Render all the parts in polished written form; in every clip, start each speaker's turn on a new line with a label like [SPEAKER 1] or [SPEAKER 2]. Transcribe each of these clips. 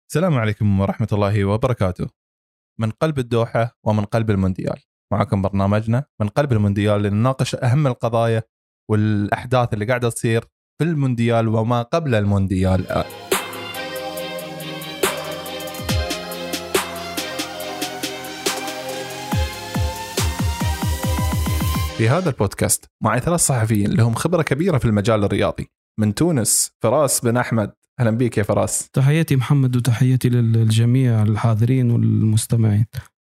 [SPEAKER 1] السلام عليكم ورحمة الله وبركاته. من قلب الدوحة ومن قلب المونديال، معكم برنامجنا من قلب المونديال لنناقش أهم القضايا والأحداث اللي قاعدة تصير في المونديال وما قبل المونديال. في هذا البودكاست معي 3 صحفيين لهم خبرة كبيرة في المجال الرياضي. من تونس فراس بن أحمد، أهلا بيك يا فراس.
[SPEAKER 2] تحياتي محمد وتحياتي للجميع الحاضرين والمستمعين.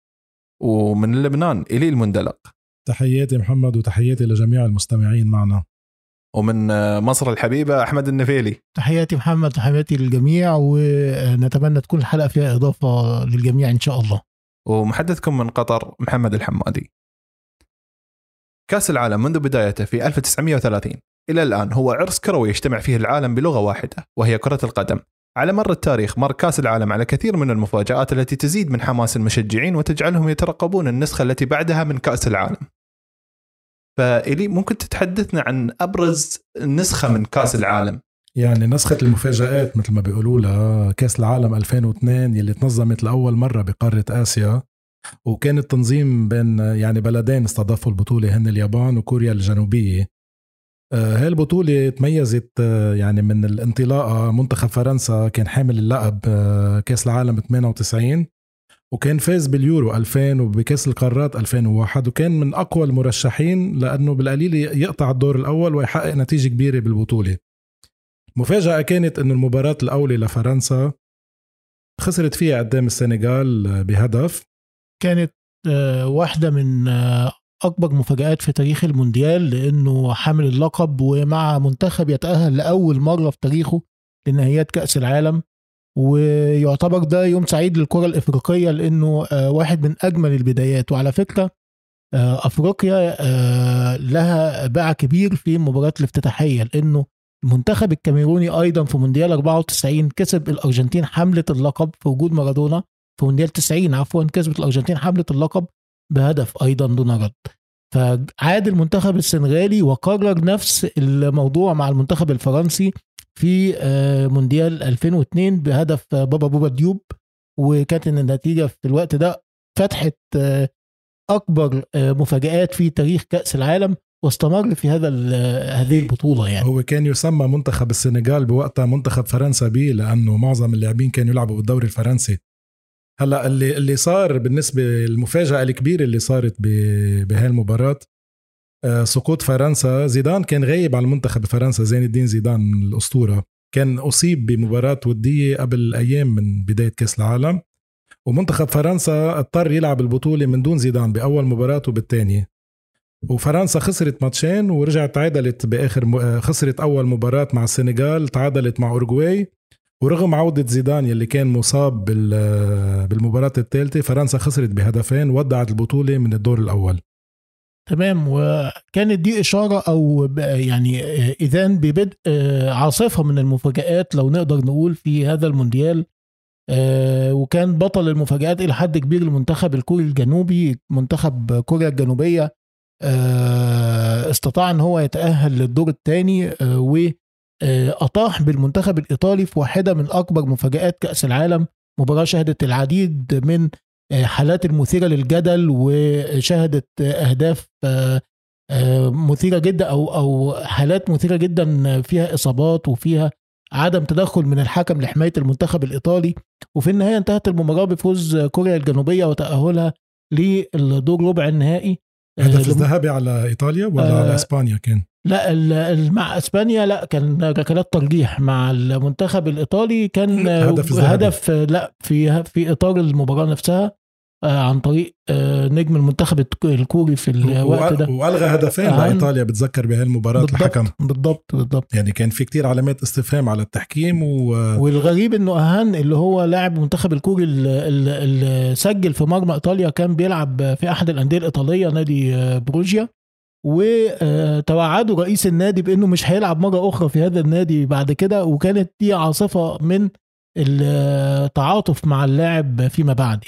[SPEAKER 1] ومن لبنان إلي المندلق،
[SPEAKER 3] تحياتي محمد وتحياتي لجميع المستمعين معنا.
[SPEAKER 1] ومن مصر الحبيبة أحمد النفيلي.
[SPEAKER 4] تحياتي محمد وتحياتي للجميع، ونتمنى تكون الحلقة فيها إضافة للجميع إن شاء الله.
[SPEAKER 1] ومحدثكم من قطر محمد الحمادي. كأس العالم منذ بدايته في 1930 إلى الآن هو عرس كروي يجتمع فيه العالم بلغة واحدة وهي كرة القدم. على مر التاريخ مر كأس العالم على كثير من المفاجآت التي تزيد من حماس المشجعين وتجعلهم يترقبون النسخة التي بعدها من كأس العالم. فإلي ممكن تتحدثنا عن أبرز نسخة من كأس العالم؟
[SPEAKER 3] يعني نسخة المفاجآت مثل ما بيقولوا لها كأس العالم 2002 يلي تنظمت لأول مرة بقارة آسيا، وكان التنظيم بين يعني بلدين استضافوا البطولة هن اليابان وكوريا الجنوبية. هاي البطولة تميزت يعني من الانطلاقة. منتخب فرنسا كان حامل اللقب كأس العالم 98، وكان فاز باليورو 2000 وبكأس القارات 2001، وكان من أقوى المرشحين لأنه بالقليل يقطع الدور الأول ويحقق نتيجة كبيرة بالبطولة. المفاجأة كانت أن المباراة الأولى لفرنسا خسرت فيها قدام السنغال بهدف.
[SPEAKER 4] كانت واحدة من أكبر مفاجآت في تاريخ المونديال، لأنه حامل اللقب ومع منتخب يتأهل لأول مرة في تاريخه لنهائيات كأس العالم، ويعتبر ده يوم سعيد للكرة الإفريقية لأنه واحد من أجمل البدايات. وعلى فكرة أفريقيا لها باع كبير في مباراة الافتتاحية، لأنه المنتخب الكاميروني أيضا في مونديال 94 كسب الأرجنتين حملة اللقب في وجود مارادونا. في مونديال 90 كسبت الأرجنتين حملة اللقب بهدف أيضا دون رد. فعاد المنتخب السنغالي وقرر نفس الموضوع مع المنتخب الفرنسي في مونديال 2002 بهدف بابا ديوب، وكانت النتيجة في الوقت ده فتحت أكبر مفاجآت في تاريخ كأس العالم، واستمر في هذه البطولة. يعني
[SPEAKER 3] هو كان يسمى منتخب السنغال بوقتها منتخب فرنسا بي، لأنه معظم اللاعبين كانوا يلعبوا بالدوري الفرنسي. هلا اللي صار بالنسبة المفاجأة الكبيرة اللي صارت بهاي المباراة سقوط فرنسا. زيدان كان غايب عن المنتخب فرنسا، زين الدين زيدان الأسطورة كان أصيب بمباراة ودية قبل أيام من بداية كأس العالم، ومنتخب فرنسا اضطر يلعب البطولة من دون زيدان بأول مباراة وبالتانية. وفرنسا خسرت ماتشين ورجعت تعادلت بآخر خسرت أول مباراة مع السنغال، تعادلت مع أورجواي، ورغم عودة زيدان يلي كان مصاب بالمباراة الثالثة فرنسا خسرت بهدفين ودعت البطولة من الدور الأول.
[SPEAKER 4] تمام. وكانت دي إشارة أو يعني إذن ببدء عاصفة من المفاجآت لو نقدر نقول في هذا المونديال. وكان بطل المفاجآت إلى حد كبير المنتخب الكوري الجنوبي. منتخب كوريا الجنوبية استطاع أن هو يتأهل للدور الثاني، وأطاح بالمنتخب الإيطالي في واحدة من أكبر مفاجآت كأس العالم. مباراة شهدت العديد من حالات المثيرة للجدل، وشهدت أهداف مثيرة جدا أو حالات مثيرة جدا فيها إصابات وفيها عدم تدخل من الحكم لحماية المنتخب الإيطالي. وفي النهاية انتهت المباراة بفوز كوريا الجنوبية وتأهلها للدور ربع النهائي.
[SPEAKER 3] هدف الذهابي على إيطاليا ولا على إسبانيا كان؟
[SPEAKER 4] لا مع إسبانيا لا، كان ركلات ترجيح. مع المنتخب الإيطالي كان هدف لا في إطار المباراة نفسها عن طريق نجم المنتخب الكوري في الوقت ده،
[SPEAKER 3] وألغى هدفين لإيطاليا بتذكر بهذه المباراة الحكم.
[SPEAKER 4] بالضبط
[SPEAKER 3] يعني كان في كتير علامات استفهام على التحكيم.
[SPEAKER 4] والغريب إنه أهان اللي هو لاعب المنتخب الكوري اللي سجل في مرمى إيطاليا كان بيلعب في أحد الأندية الإيطالية نادي بروجيا، وتوعدوا رئيس النادي بأنه مش هيلعب مرة أخرى في هذا النادي بعد كده. وكانت دي عاصفة من التعاطف مع اللاعب فيما بعد.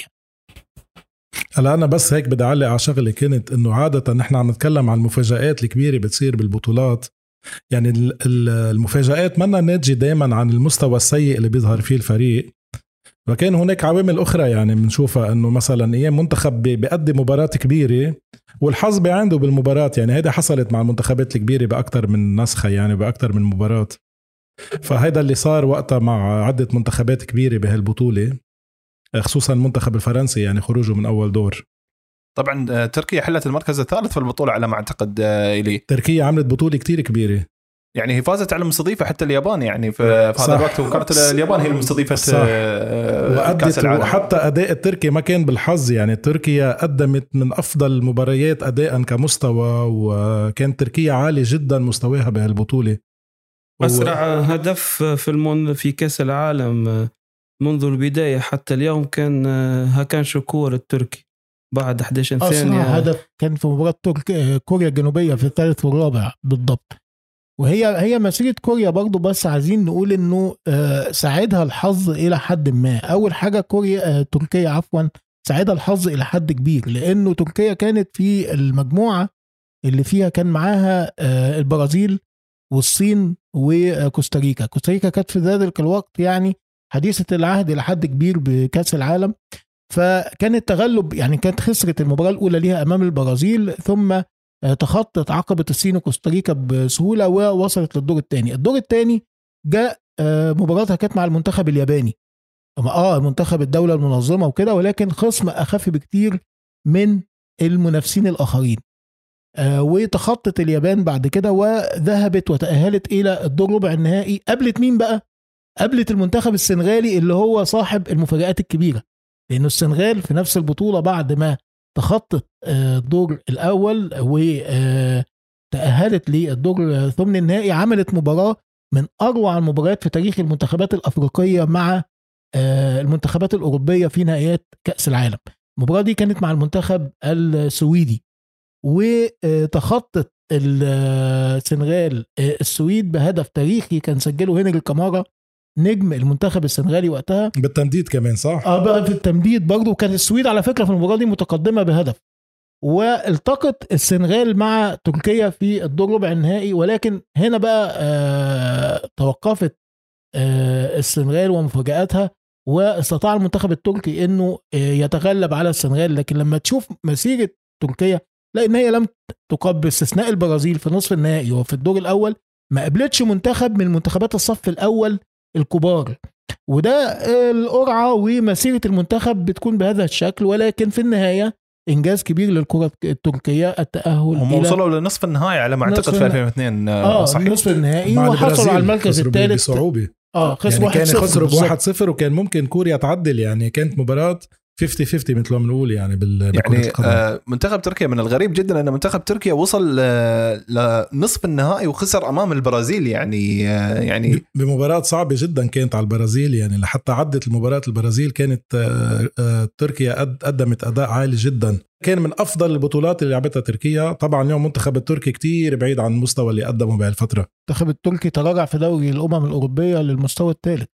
[SPEAKER 3] هلا أنا بس هيك بدي أعلق على شغلة، كانت إنه عادة نحن عم نتكلم عن المفاجآت الكبيرة بتصير بالبطولات. يعني المفاجآت منا ناتجة دايما عن المستوى السيء اللي بيظهر فيه الفريق. وكان هناك عوامل أخرى يعني بنشوفها أنه مثلا أيام منتخب بيقدم مباراة كبيرة والحظ بعنده بالمباراة، يعني هذا حصلت مع المنتخبات الكبيرة بأكتر من نسخة يعني بأكتر من مباراة. فهذا اللي صار وقتها مع عدة منتخبات كبيرة بهالبطولة، خصوصا المنتخب الفرنسي يعني خروجه من أول دور.
[SPEAKER 1] طبعا تركيا حلت المركز الثالث في البطولة على ما أعتقد. إلي
[SPEAKER 3] تركيا عملت بطولة كتير كبيرة،
[SPEAKER 1] يعني هي فازت على المستضيفة حتى اليابان يعني في هذا الوقت، وكانت اليابان هي المستضيفة كأس العالم.
[SPEAKER 3] وحتى أداء التركي ما كان بالحظ، يعني تركيا قدمت من أفضل المباريات أداء كمستوى، وكان تركيا عالي جدا مستواها بهالبطولة.
[SPEAKER 2] أسرع هدف في كأس العالم منذ البداية حتى اليوم كان هاكان شكور التركي بعد 11 ثانية.
[SPEAKER 4] أسرع هدف كان في مباراة كوريا الجنوبية في الثالث والرابع بالضبط. وهي مسيرة كوريا برضو، بس عايزين نقول انه ساعدها الحظ الى حد ما. اول حاجة تركيا ساعدها الحظ الى حد كبير، لانه تركيا كانت في المجموعة اللي فيها كان معاها البرازيل والصين وكوستاريكا. كوستاريكا كانت في ذلك الوقت يعني حديثة العهد الى حد كبير بكأس العالم، فكان التغلب يعني كانت خسرت المباراة الاولى ليها امام البرازيل، ثم تخطت عقبة الصين وكوستاريكا بسهولة ووصلت للدور الثاني. الدور الثاني جاء مباراتها كانت مع المنتخب الياباني، المنتخب الدولة المنظمة وكده، ولكن خصم أخف بكتير من المنافسين الآخرين، وتخطت اليابان بعد كده وذهبت وتأهلت إلى الدور ربع النهائي. قابلت مين بقى؟ قابلت المنتخب السنغالي اللي هو صاحب المفاجآت الكبيرة، لأنه السنغال في نفس البطولة بعد ما تخطت الدور الأول وتأهلت للدور ثمن النهائي عملت مباراة من أروع المباريات في تاريخ المنتخبات الأفريقية مع المنتخبات الأوروبية في نهائيات كأس العالم. المباراة دي كانت مع المنتخب السويدي، وتخطت السنغال السويد بهدف تاريخي كان سجله هنري كامارا نجم المنتخب السنغالي وقتها
[SPEAKER 3] بالتمديد كمان، صح؟
[SPEAKER 4] بقى في التمديد برضو كانت السويد على فكرة في المباراة دي متقدمة بهدف. والتقت السنغال مع تركيا في الدور ربع النهائي، ولكن هنا بقى توقفت السنغال ومفاجآتها، واستطاع المنتخب التركي انه يتغلب على السنغال. لكن لما تشوف مسيرة تركيا لان هي لم تقابل باستثناء البرازيل في نصف النهائي وفي الدور الاول، ما قابلتش منتخب من منتخبات الصف الاول الكبار، وده القرعة ومسيرة المنتخب بتكون بهذا الشكل. ولكن في النهاية إنجاز كبير للكرة التركية التأهل. هم
[SPEAKER 1] وصلوا لنصف النهائي على ما أعتقد في 2002 صحيح؟
[SPEAKER 4] نصف النهائي وحصلوا على المركز الثالث
[SPEAKER 3] بصعوبة.
[SPEAKER 4] خسروا
[SPEAKER 3] يعني كان خسروا ب1-0 وكان ممكن كوريا تعدل، يعني كانت مباراة 50-50 مثل ما بنقول يعني
[SPEAKER 1] يعني منتخب تركيا من الغريب جدا ان منتخب تركيا وصل لنصف النهائي وخسر امام البرازيل، يعني
[SPEAKER 3] بمباراة صعبة جدا كانت على البرازيل. يعني لحتى عدت المباراة البرازيل كانت تركيا قدمت اداء عالي جدا، كان من افضل البطولات اللي لعبتها تركيا. طبعا اليوم المنتخب التركي كتير بعيد عن المستوى اللي قدمه بهالفترة.
[SPEAKER 4] المنتخب التركي تراجع في دوري الامم الاوروبية للمستوى الثالث،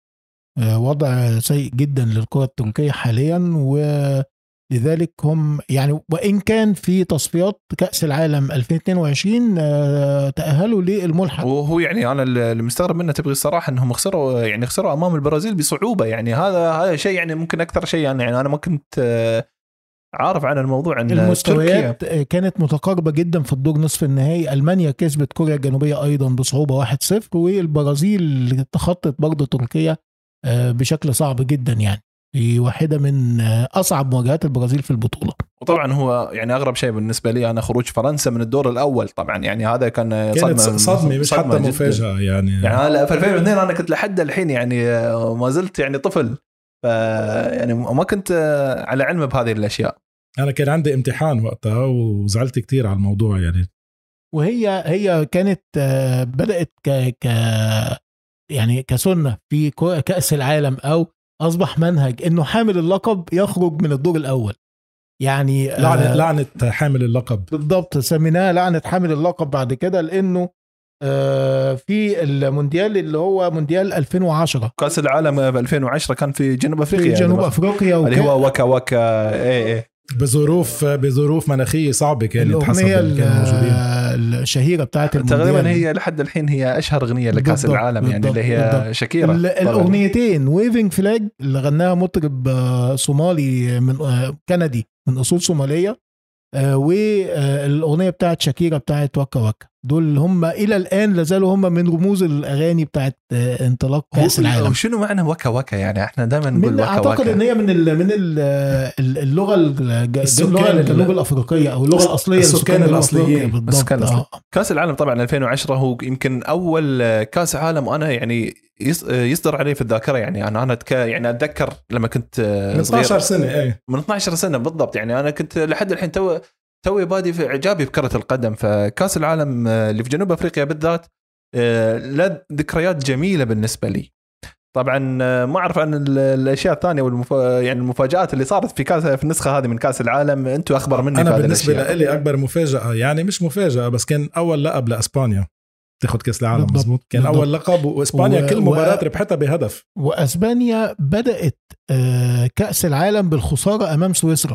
[SPEAKER 4] وضع سيء جدا للكرة التركية حاليا. ولذلك هم يعني وإن كان في تصفيات كأس العالم 2022 تأهلوا للملحق.
[SPEAKER 1] وهو يعني أنا اللي مستغرب منه تبغي الصراحة أنهم خسروا أمام البرازيل بصعوبة. يعني هذا شيء يعني ممكن أكثر شيء يعني أنا ما كنت عارف عن الموضوع أن
[SPEAKER 4] المستويات كانت متقاربة جدا في الدور نصف النهائي. ألمانيا كسبت كوريا الجنوبية أيضا بصعوبة 1-0، والبرازيل تخطت برضو تركيا بشكل صعب جدا، يعني في واحدة من أصعب مواجهات البرازيل في البطولة.
[SPEAKER 1] وطبعا هو يعني أغرب شيء بالنسبة لي أنا خروج فرنسا من الدور الأول. طبعا يعني هذا
[SPEAKER 3] كانت صدمة مش حتى مفاجأة. يعني
[SPEAKER 1] أنا في 2002 أنا كنت لحد الحين يعني ما زلت يعني طفل، يعني ما كنت على علم بهذه الأشياء.
[SPEAKER 3] أنا كان عندي امتحان وقتها وزعلت كتير على الموضوع يعني.
[SPEAKER 4] وهي كانت بدأت يعني كسنة في كأس العالم، أو أصبح منهج إنه حامل اللقب يخرج من الدور الأول. يعني
[SPEAKER 3] لعنة حامل اللقب
[SPEAKER 4] بالضبط، سميناها لعنة حامل اللقب بعد كده، لأنه في المونديال اللي هو مونديال 2010
[SPEAKER 1] كأس العالم في 2010 كان في جنوب أفريقيا،
[SPEAKER 4] في جنوب أفريقيا
[SPEAKER 1] اللي هو وكا
[SPEAKER 3] بظروف مناخية صعبة كانت حسب
[SPEAKER 4] الأغنية الشهيره بتاعت المونديال
[SPEAKER 1] تقريبا هي لحد الحين هي اشهر اغنيه لكاس العالم يعني اللي هي شاكيرا.
[SPEAKER 4] الاغنيتين ويفنج فلاج اللي غناها مطرب صومالي من كندي من اصول صوماليه، والاغنيه بتاعت شاكيرا بتاعت وكا وكا، دول هم الى الان لازالوا هم من رموز الاغاني بتاعت انطلاق كاس العالم.
[SPEAKER 1] وشنو معنى وكا وكا؟ يعني احنا دائما نقول وكا
[SPEAKER 4] اعتقد
[SPEAKER 1] وكا.
[SPEAKER 4] ان هي من اللغه الجنوب الافريقيه او اللغه الاصليه
[SPEAKER 3] للسكان الاصليين.
[SPEAKER 1] كاس العالم طبعا 2010 هو يمكن اول كاس عالم وانا يعني يصدر عليه في الذاكره. يعني انا يعني اتذكر لما كنت
[SPEAKER 3] من 12 سنه
[SPEAKER 1] من 12 سنه بالضبط. يعني انا كنت لحد الحين توي بادي في اعجابي بكره القدم. فكاس العالم اللي في جنوب افريقيا بالذات له ذكريات جميله بالنسبه لي. طبعا ما اعرف عن الاشياء الثانيه يعني المفاجات اللي صارت في النسخه هذه من كاس العالم، انتم اخبر مني.
[SPEAKER 3] انا بالنسبه لي اكبر مفاجاه، يعني مش مفاجاه بس كان اول لقب لاسبانيا تاخد كاس العالم. مظبوط، كان اول لقب، واسبانيا كل مباراه ربحتها بهدف.
[SPEAKER 4] واسبانيا بدات كاس العالم بالخساره امام سويسرا،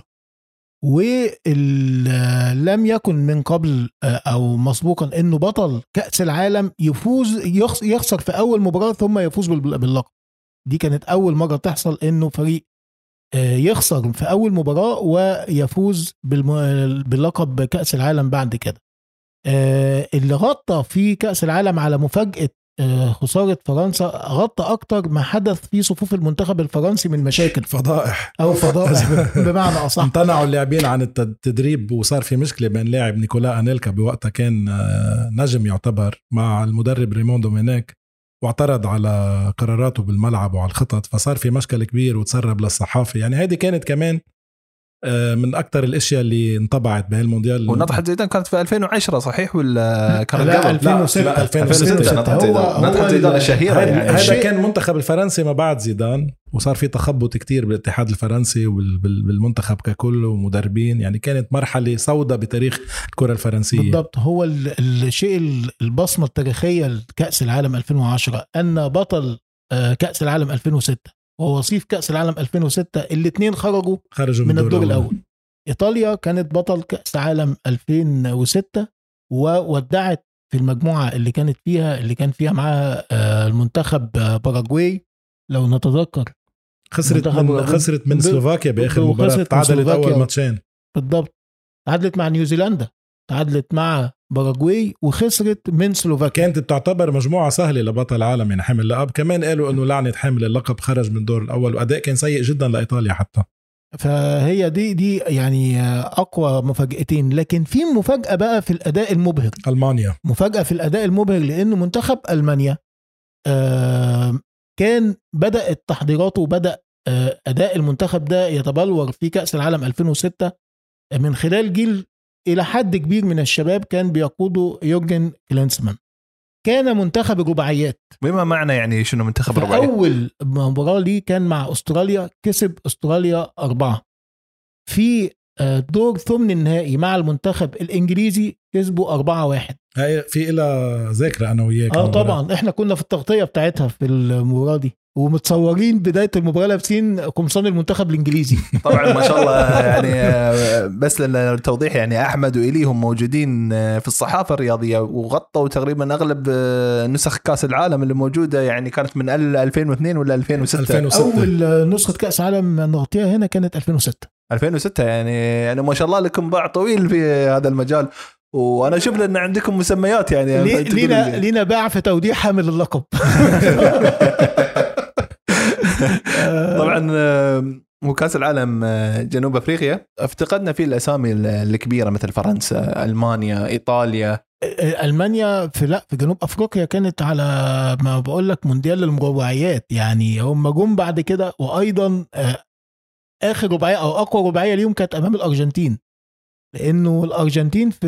[SPEAKER 4] ولم يكن من قبل او مسبوقا انه بطل كأس العالم يخسر في اول مباراة ثم يفوز باللقب. دي كانت اول مرة تحصل انه فريق يخسر في اول مباراة ويفوز باللقب كأس العالم بعد كده. اللي غطى في كأس العالم على مفاجأة خسارة فرنسا غطى أكتر ما حدث في صفوف المنتخب الفرنسي من مشاكل
[SPEAKER 3] فضائح
[SPEAKER 4] بمعنى أصح.
[SPEAKER 3] امتنعوا اللاعبين عن التدريب، وصار في مشكلة بين لاعب نيكولا أنيلكا بوقتها كان نجم يعتبر مع المدرب ريمون دومينيك، واعترض على قراراته بالملعب وعلى الخطط، فصار في مشكلة كبير وتسرب للصحافة. يعني هذه كانت كمان من أكتر الأشياء اللي انطبعت بهالمونديال.
[SPEAKER 1] ونطحة زيدان كانت في 2010 صحيح ولا كان قبل؟
[SPEAKER 4] 2006
[SPEAKER 1] نطحة زيدان الشهيرة. يعني
[SPEAKER 3] هذا كان منتخب الفرنسي ما بعد زيدان، وصار في تخبط كتير بالاتحاد الفرنسي وبالمنتخب ككل ومدربين. يعني كانت مرحلة سوداء بتاريخ الكرة الفرنسية.
[SPEAKER 4] بالضبط، هو الشيء البصمة التاريخية لكأس العالم 2010 أن بطل كأس العالم 2006 ووصيف كأس العالم 2006 الاثنين خرجوا من الدور الأول. إيطاليا كانت بطل كأس العالم 2006 وودعت في المجموعة اللي كان فيها معها المنتخب باراغواي لو نتذكر.
[SPEAKER 3] خسرت من سلوفاكيا بآخر مباراة، تعادلت أول ماتشين.
[SPEAKER 4] بالضبط، تعادلت مع نيوزيلندا، تعادلت مع باراغواي وخسرت من سلوفاكيا.
[SPEAKER 3] كانت تعتبر مجموعة سهلة لبطل العالم يعني حامل اللقب. كمان قالوا انه لعنة حامل اللقب خرج من الدور الاول، واداء كان سيء جدا لايطاليا حتى.
[SPEAKER 4] فهي دي يعني اقوى مفاجأتين. لكن في مفاجأة بقى في الاداء المبهر،
[SPEAKER 3] المانيا.
[SPEAKER 4] مفاجأة في الاداء المبهر لانه منتخب المانيا كان بدأت تحضيراته وبدأ اداء المنتخب ده يتبلور في كأس العالم 2006 من خلال جيل إلى حد كبير من الشباب كان بيقوده يورجن كلينسمان. كان منتخب الرباعيات.
[SPEAKER 1] بما معنى يعني شنو منتخب الرباعيات؟
[SPEAKER 4] أول مباراة ليه كان مع أستراليا، كسب أستراليا 4. في دور ثمن النهائي مع المنتخب الإنجليزي كسبوا 4-1.
[SPEAKER 3] هاي في إلى ذاكرة أنا وياك.
[SPEAKER 4] طبعا إحنا كنا في التغطية بتاعتها في المباراة دي، ومتصورين بداية المباراة لابسين قمصان المنتخب الإنجليزي.
[SPEAKER 1] طبعا ما شاء الله. يعني بس للتوضيح يعني أحمد وإلي هم موجودين في الصحافة الرياضية وغطوا تقريبا أغلب نسخ كأس العالم اللي موجودة. يعني كانت من 2002 ولا 2006.
[SPEAKER 4] أول نسخة كأس عالم نغطيها هنا كانت 2006.
[SPEAKER 1] يعني ما شاء الله لكم باع طويل في هذا المجال. وانا اشوف ان عندكم مسميات يعني
[SPEAKER 4] لينا باع في توديع حامل اللقب.
[SPEAKER 1] طبعا وكاس العالم جنوب افريقيا افتقدنا فيه الاسامي الكبيره مثل فرنسا، المانيا، ايطاليا.
[SPEAKER 4] المانيا في جنوب افريقيا كانت على ما بقول لك مونديال المربعيات. يعني هم جم بعد كده، وايضا اخر رباعيه او اقوى رباعيه اليوم كانت امام الارجنتين، لانه الارجنتين في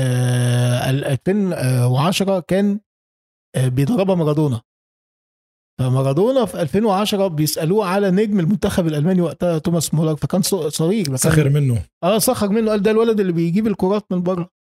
[SPEAKER 4] 2010 كان بيضربها مارادونا. فمارادونا في 2010 بيسألوه على نجم المنتخب الألماني وقتها توماس مولر، فكان صغير
[SPEAKER 3] سخر منه.
[SPEAKER 4] سخر منه، قال ده الولد اللي بيجيب الكرات من بره.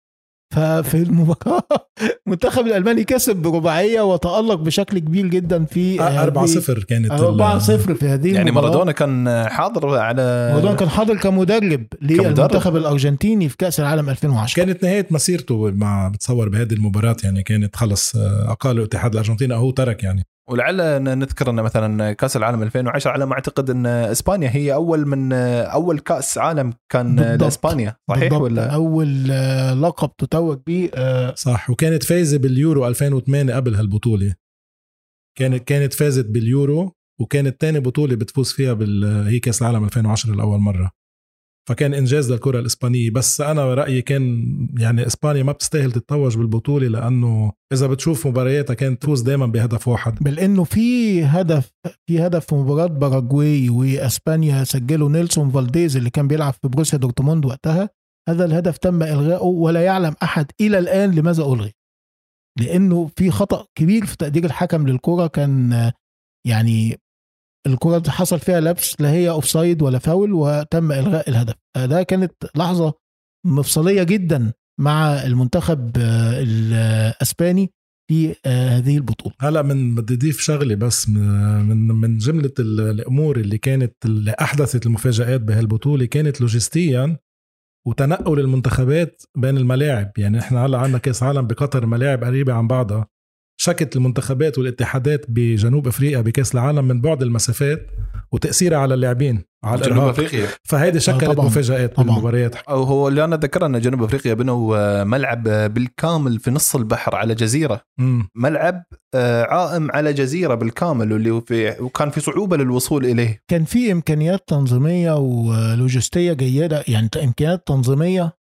[SPEAKER 4] ففي المباراة المنتخب الألماني كسب برباعية وتألق بشكل كبير جدا في
[SPEAKER 3] 4-0 كانت
[SPEAKER 4] 4-0 في هذه
[SPEAKER 1] يعني
[SPEAKER 4] المباراة.
[SPEAKER 1] مارادونا كان حاضر
[SPEAKER 4] مارادونا كان حاضر كمدرب للمنتخب الأرجنتيني في كأس العالم 2010.
[SPEAKER 3] كانت نهاية مسيرته مع بتصور بهذه المباراة، يعني كانت خلص أقال اتحاد الأرجنتين أو ترك يعني.
[SPEAKER 1] ولعل نذكر أن مثلا كأس العالم 2010 على ما أعتقد أن إسبانيا هي أول كأس عالم كان لإسبانيا، صحيح
[SPEAKER 4] بالضبط.
[SPEAKER 1] ولا
[SPEAKER 4] أول لقب تتوج به
[SPEAKER 3] صح. وكانت فايزة باليورو 2008 قبل هالبطولة، كانت فازت باليورو، وكانت تاني بطولة بتفوز فيها هي كأس العالم 2010 لأول مرة، فكان إنجاز للكرة الإسبانية. بس أنا رأيي كان يعني إسبانيا ما بتستاهل تتوج بالبطولة، لأنه إذا بتشوف مبارياتها كانت تفوز دائما بهدف واحد،
[SPEAKER 4] بل إنه في هدف في مباراة باراغواي وإسبانيا سجله نيلسون فالديز اللي كان بيلعب في بروسيا دورتموند وقتها. هذا الهدف تم إلغائه ولا يعلم أحد إلى الآن لماذا ألغي، لأنه في خطأ كبير في تقدير الحكم للكرة. كان يعني الكرة حصل فيها لبس، لا هي أوفسايد ولا فاول، وتم إلغاء الهدف. ده كانت لحظة مفصلية جدا مع المنتخب الأسباني في هذه البطولة.
[SPEAKER 3] هلا بدي أضيف شغلة بس من جملة الأمور اللي أحدثت المفاجآت بهالبطولة، كانت لوجستيا وتنقل المنتخبات بين الملاعب. يعني احنا هلا عندنا كاس عالم بقطر، ملاعب قريبة عن بعضها، شكت المنتخبات والاتحادات بجنوب افريقيا بكاس العالم من بعد المسافات وتأثيرها على اللاعبين على
[SPEAKER 1] جنوب افريقيا.
[SPEAKER 3] فهيدي شكلت مفاجآت بالمباريات.
[SPEAKER 1] او هو اللي انا ذكر ان جنوب افريقيا بنوا ملعب بالكامل في نص البحر على جزيرة. ملعب عائم على جزيرة بالكامل، وكان في صعوبة للوصول اليه.
[SPEAKER 4] كان في امكانيات تنظيمية ولوجستية جيدة، يعني امكانيات تنظيمية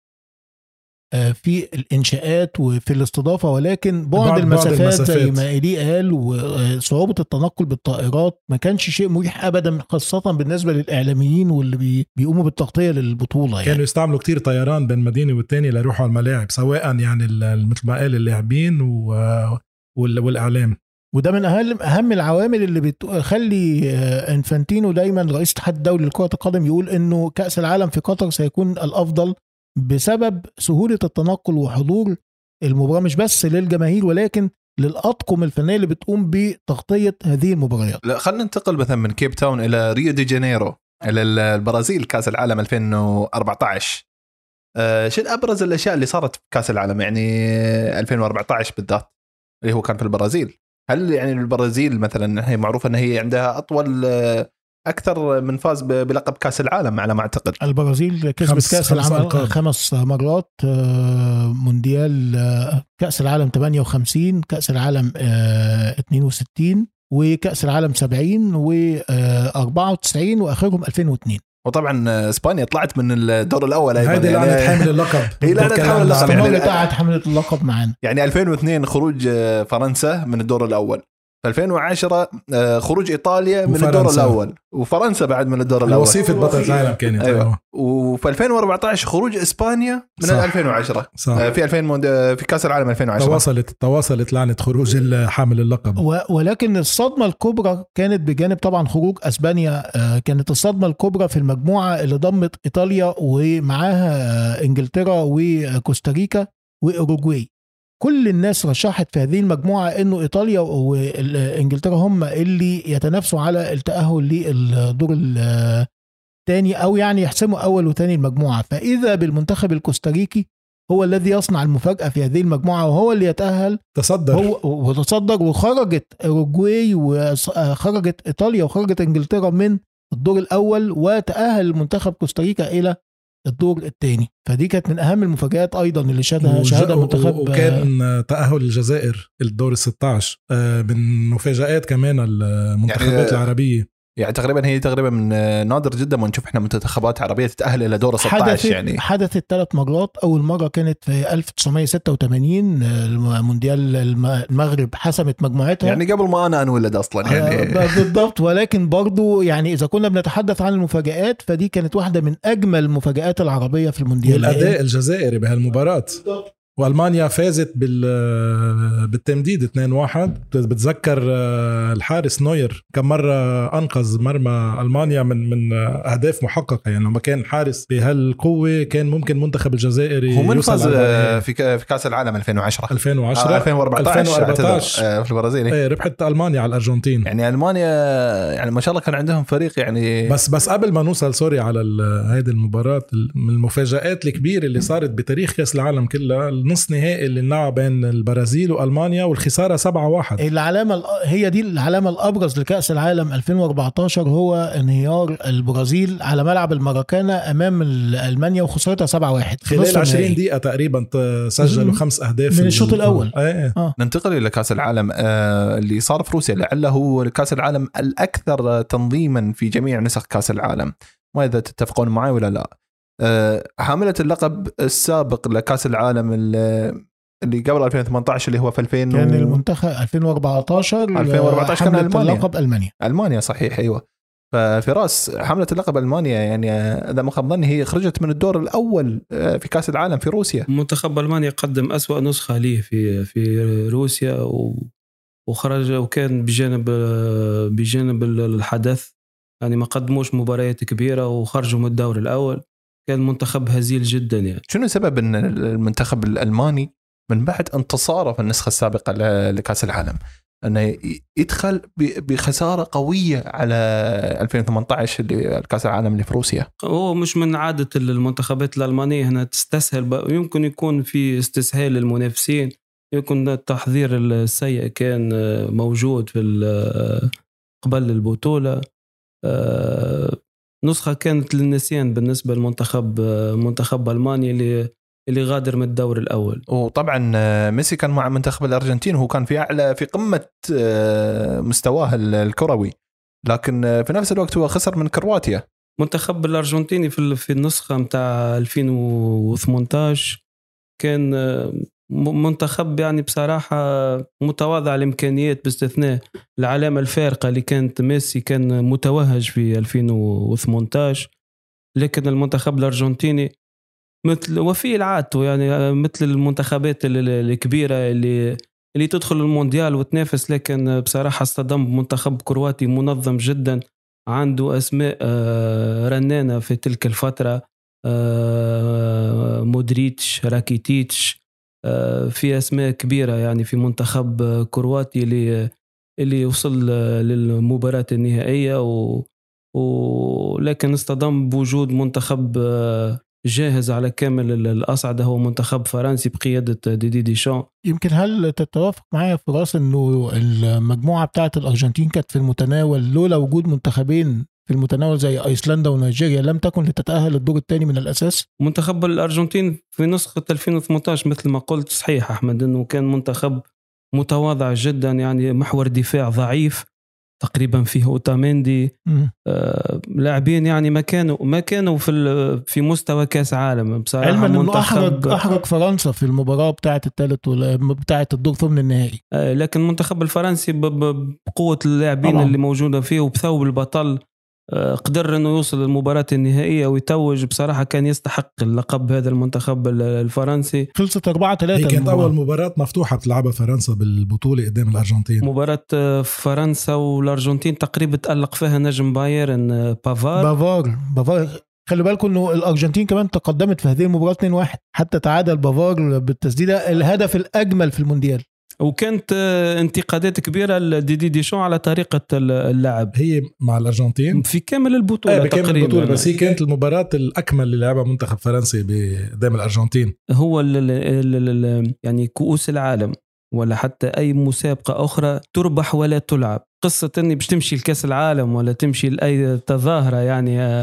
[SPEAKER 4] في الإنشاءات وفي الاستضافة، ولكن بعد المسافات زي ما إلي قال وصعوبة التنقل بالطائرات ما كانش شيء مريح أبدا، خاصة بالنسبة للإعلاميين واللي بيقوموا بالتغطية للبطولة. يعني
[SPEAKER 3] كانوا يستعملوا كتير طيران بين مدينة والتاني ليروحوا على الملاعب، سواء يعني مثل ما قال اللاعبين والإعلام.
[SPEAKER 4] وده من أهم العوامل اللي بتخلي إنفانتينو دايما رئيس الاتحاد الدولي لكرة القدم يقول إنه كأس العالم في قطر سيكون الأفضل بسبب سهولة التنقل وحضور المباراة، مش بس للجماهير ولكن للأطقم الفنية اللي بتقوم بتغطية هذه المباريات.
[SPEAKER 1] لا خلينا ننتقل مثلا من كيب تاون إلى ريو دي جانيرو إلى البرازيل، كأس العالم 2014. شو أبرز الأشياء اللي صارت في كأس العالم يعني 2014 بالذات اللي هو كان في البرازيل؟ هل يعني البرازيل مثلا هي معروفة أن هي عندها أكثر من فاز بلقب كأس العالم على ما أعتقد؟
[SPEAKER 4] البرازيل كسبت كأس العالم 5 مرات، مونديال كأس العالم 58، كأس العالم 62، وكأس العالم 70 و94، وآخرهم 2002.
[SPEAKER 1] وطبعا اسبانيا طلعت من الدور الاول ايضا،
[SPEAKER 3] هذه
[SPEAKER 1] يعني
[SPEAKER 3] لعنة حامل اللقب.
[SPEAKER 1] هي لعنة حامل اللقب،
[SPEAKER 4] يعني بتاعت حملة اللقب معانا.
[SPEAKER 1] يعني 2002 خروج فرنسا من الدور الاول، في 2010 خروج إيطاليا من الدور الأول، وفرنسا بعد من الدور الأول،
[SPEAKER 3] وصيفة بطلة العالم كانت.
[SPEAKER 1] أيوة. وفي 2014 خروج إسبانيا من صح. 2010 صح. في كأس العالم 2010
[SPEAKER 3] تواصلت لعنة خروج حامل اللقب.
[SPEAKER 4] ولكن الصدمة الكبرى كانت بجانب طبعا خروج أسبانيا، كانت الصدمة الكبرى في المجموعة اللي ضمت إيطاليا ومعاها إنجلترا وكوستاريكا وأوروغواي. كل الناس رشحت في هذه المجموعة انه ايطاليا وانجلترا هم اللي يتنافسوا على التأهل للدور الثاني، او يعني يحسموا اول وثاني المجموعة. فاذا بالمنتخب الكوستاريكي هو الذي يصنع المفاجأة في هذه المجموعة، وهو اللي يتأهل، وتصدر، وخرجت اوروغواي وخرجت ايطاليا وخرجت انجلترا من الدور الاول، وتأهل المنتخب كوستاريكا الى الدور الثاني. فدي كانت من اهم المفاجآت ايضا اللي شهدها المنتخب.
[SPEAKER 3] وكان تأهل الجزائر الدور 16 من مفاجآت كمان المنتخبات يعني العربية.
[SPEAKER 1] يعني تقريبا من نادر جدا ما نشوف احنا منتخبات عربية تتأهل الى دور 16. يعني
[SPEAKER 4] حدثت 3 مرات. اول مرة كانت في 1986 مونديال المغرب حسمت مجموعتها، يعني
[SPEAKER 1] قبل ما انا انولد اصلا يعني
[SPEAKER 4] بالضبط. ولكن برضو يعني اذا كنا بنتحدث عن المفاجآت فدي كانت واحدة من اجمل المفاجآت العربية في المونديال.
[SPEAKER 3] والاداء الجزائري بهالمباراة والمانيا فازت بالتمديد 2-1. بتذكر الحارس نوير كم مره انقذ مرمى المانيا من اهداف محققه، يعني لما كان حارس بهالقوه كان ممكن منتخب الجزائر
[SPEAKER 1] هو من فاز في كاس العالم 2010
[SPEAKER 3] 2014
[SPEAKER 1] في البرازيل.
[SPEAKER 3] ربحت المانيا على الارجنتين.
[SPEAKER 1] يعني المانيا يعني ما شاء الله كان عندهم فريق يعني.
[SPEAKER 3] بس قبل ما نوصل سوري على هذه المباراه، من المفاجآت الكبيره اللي صارت بتاريخ كاس العالم كلها النص نهائي اللي نلعب بين البرازيل والمانيا والخساره 7-1.
[SPEAKER 4] العلامه هي دي العلامه الابرز لكاس العالم 2014 هو انهيار البرازيل على ملعب الماراكانا امام المانيا وخسارتها 7-1
[SPEAKER 3] خلال 20 دقيقه تقريبا سجلوا 5 أهداف
[SPEAKER 4] من الشوط الاول.
[SPEAKER 1] ننتقل الى كاس العالم اللي صار في روسيا، لعله هو كاس العالم الاكثر تنظيما في جميع نسخ كاس العالم. ما اذا تتفقون معي ولا لا. حاملة اللقب السابق لكاس العالم اللي قبل 2018 اللي هو في 2000
[SPEAKER 4] كان المنتخب 2014
[SPEAKER 1] كان
[SPEAKER 4] اللقب
[SPEAKER 1] ألمانيا صحيح. أيوة. ففي رأس حملة اللقب ألمانيا يعني إذا ما خاب ظني هي خرجت من الدور الأول في كاس العالم في روسيا.
[SPEAKER 2] منتخب ألمانيا قدم أسوأ نسخة ليه في روسيا وخرج وكان بجانب الحدث يعني ما قدموش مباريات كبيرة وخرجوا من الدور الأول. كان منتخب هزيل جدا. يعني
[SPEAKER 1] شنو سبب ان المنتخب الألماني من بعد انتصاره في النسخة السابقة لكأس العالم انه يدخل بخسارة قوية على 2018 اللي كأس العالم اللي في روسيا؟
[SPEAKER 2] هو مش من عادة المنتخبات الألمانية هنا تستسهل، يمكن يكون في استسهال للمنافسين، يكون التحضير السيء كان موجود في قبل البطولة. نسخة كانت للنسيان بالنسبة للمنتخب ألمانيا اللي غادر من الدور الأول.
[SPEAKER 1] وطبعا ميسي كان مع منتخب الأرجنتين وهو كان في قمة مستواه الكروي، لكن في نفس الوقت هو خسر من كرواتيا.
[SPEAKER 2] منتخب الأرجنتيني في النسخة متاع 2018 كان منتخب يعني بصراحة متواضع الإمكانيات باستثناء العلامة الفارقة اللي كانت ميسي كان متوهج في 2018. لكن المنتخب الأرجنتيني مثل وفي العادته يعني مثل المنتخبات الكبيرة اللي تدخل المونديال وتنافس، لكن بصراحة اصطدم بمنتخب كرواتي منظم جدا عنده أسماء رنانة في تلك الفترة، مودريتش، راكيتيتش، في أسماء كبيرة يعني في منتخب كرواتي اللي وصل للمباراة النهائية ولكن اصطدم بوجود منتخب جاهز على كامل الأصعدة هو منتخب فرنسي بقيادة ديدي ديشان.
[SPEAKER 4] يمكن هل تتوافق معايا في راس انه المجموعة بتاعت الأرجنتين كانت في المتناول لولا وجود منتخبين في المتناول زي أيسلندا ونيجيريا لم تكن لتتأهل الدور الثاني من الأساس؟
[SPEAKER 2] منتخب الأرجنتين في نسخة 2018 مثل ما قلت صحيح أحمد أنه كان منتخب متواضع جدا، يعني محور دفاع ضعيف تقريبا فيه أوتاميندي، لاعبين يعني ما كانوا في مستوى كاس عالم بصراحة.
[SPEAKER 4] علما انه احرج فرنسا في المباراة بتاعه الثالث بتاعه الدور ثمن النهائي،
[SPEAKER 2] لكن المنتخب الفرنسي بقوة اللاعبين اللي موجودة فيه وبثوب البطل قدر انه يوصل للمباراة النهائية ويتوج. بصراحة كان يستحق اللقب هذا المنتخب الفرنسي.
[SPEAKER 4] خلصت 4-3.
[SPEAKER 3] هي كانت اول مباراة مفتوحة بتلعبها فرنسا بالبطولة قدام الارجنتين.
[SPEAKER 2] مباراة فرنسا والارجنتين تقريبا تألق فيها نجم بايرن بافار.
[SPEAKER 4] خلي بالكم انه الارجنتين كمان تقدمت في هذه المباراة 2-1 حتى تعادل بافار بالتسديدة الهدف الاجمل في المونديال.
[SPEAKER 2] وكانت انتقادات كبيرة لديدي ديشان على طريقة اللعب
[SPEAKER 3] هي مع الأرجنتين
[SPEAKER 2] في كامل البطولة تقريبا.
[SPEAKER 3] البطولة بس هي كانت المباراة الأكمل اللي لعبها منتخب فرنسي قدام الأرجنتين.
[SPEAKER 2] هو يعني كؤوس العالم ولا حتى أي مسابقة أخرى تربح ولا تلعب. قصة أني باش تمشي لكأس العالم ولا تمشي لأي تظاهرة يعني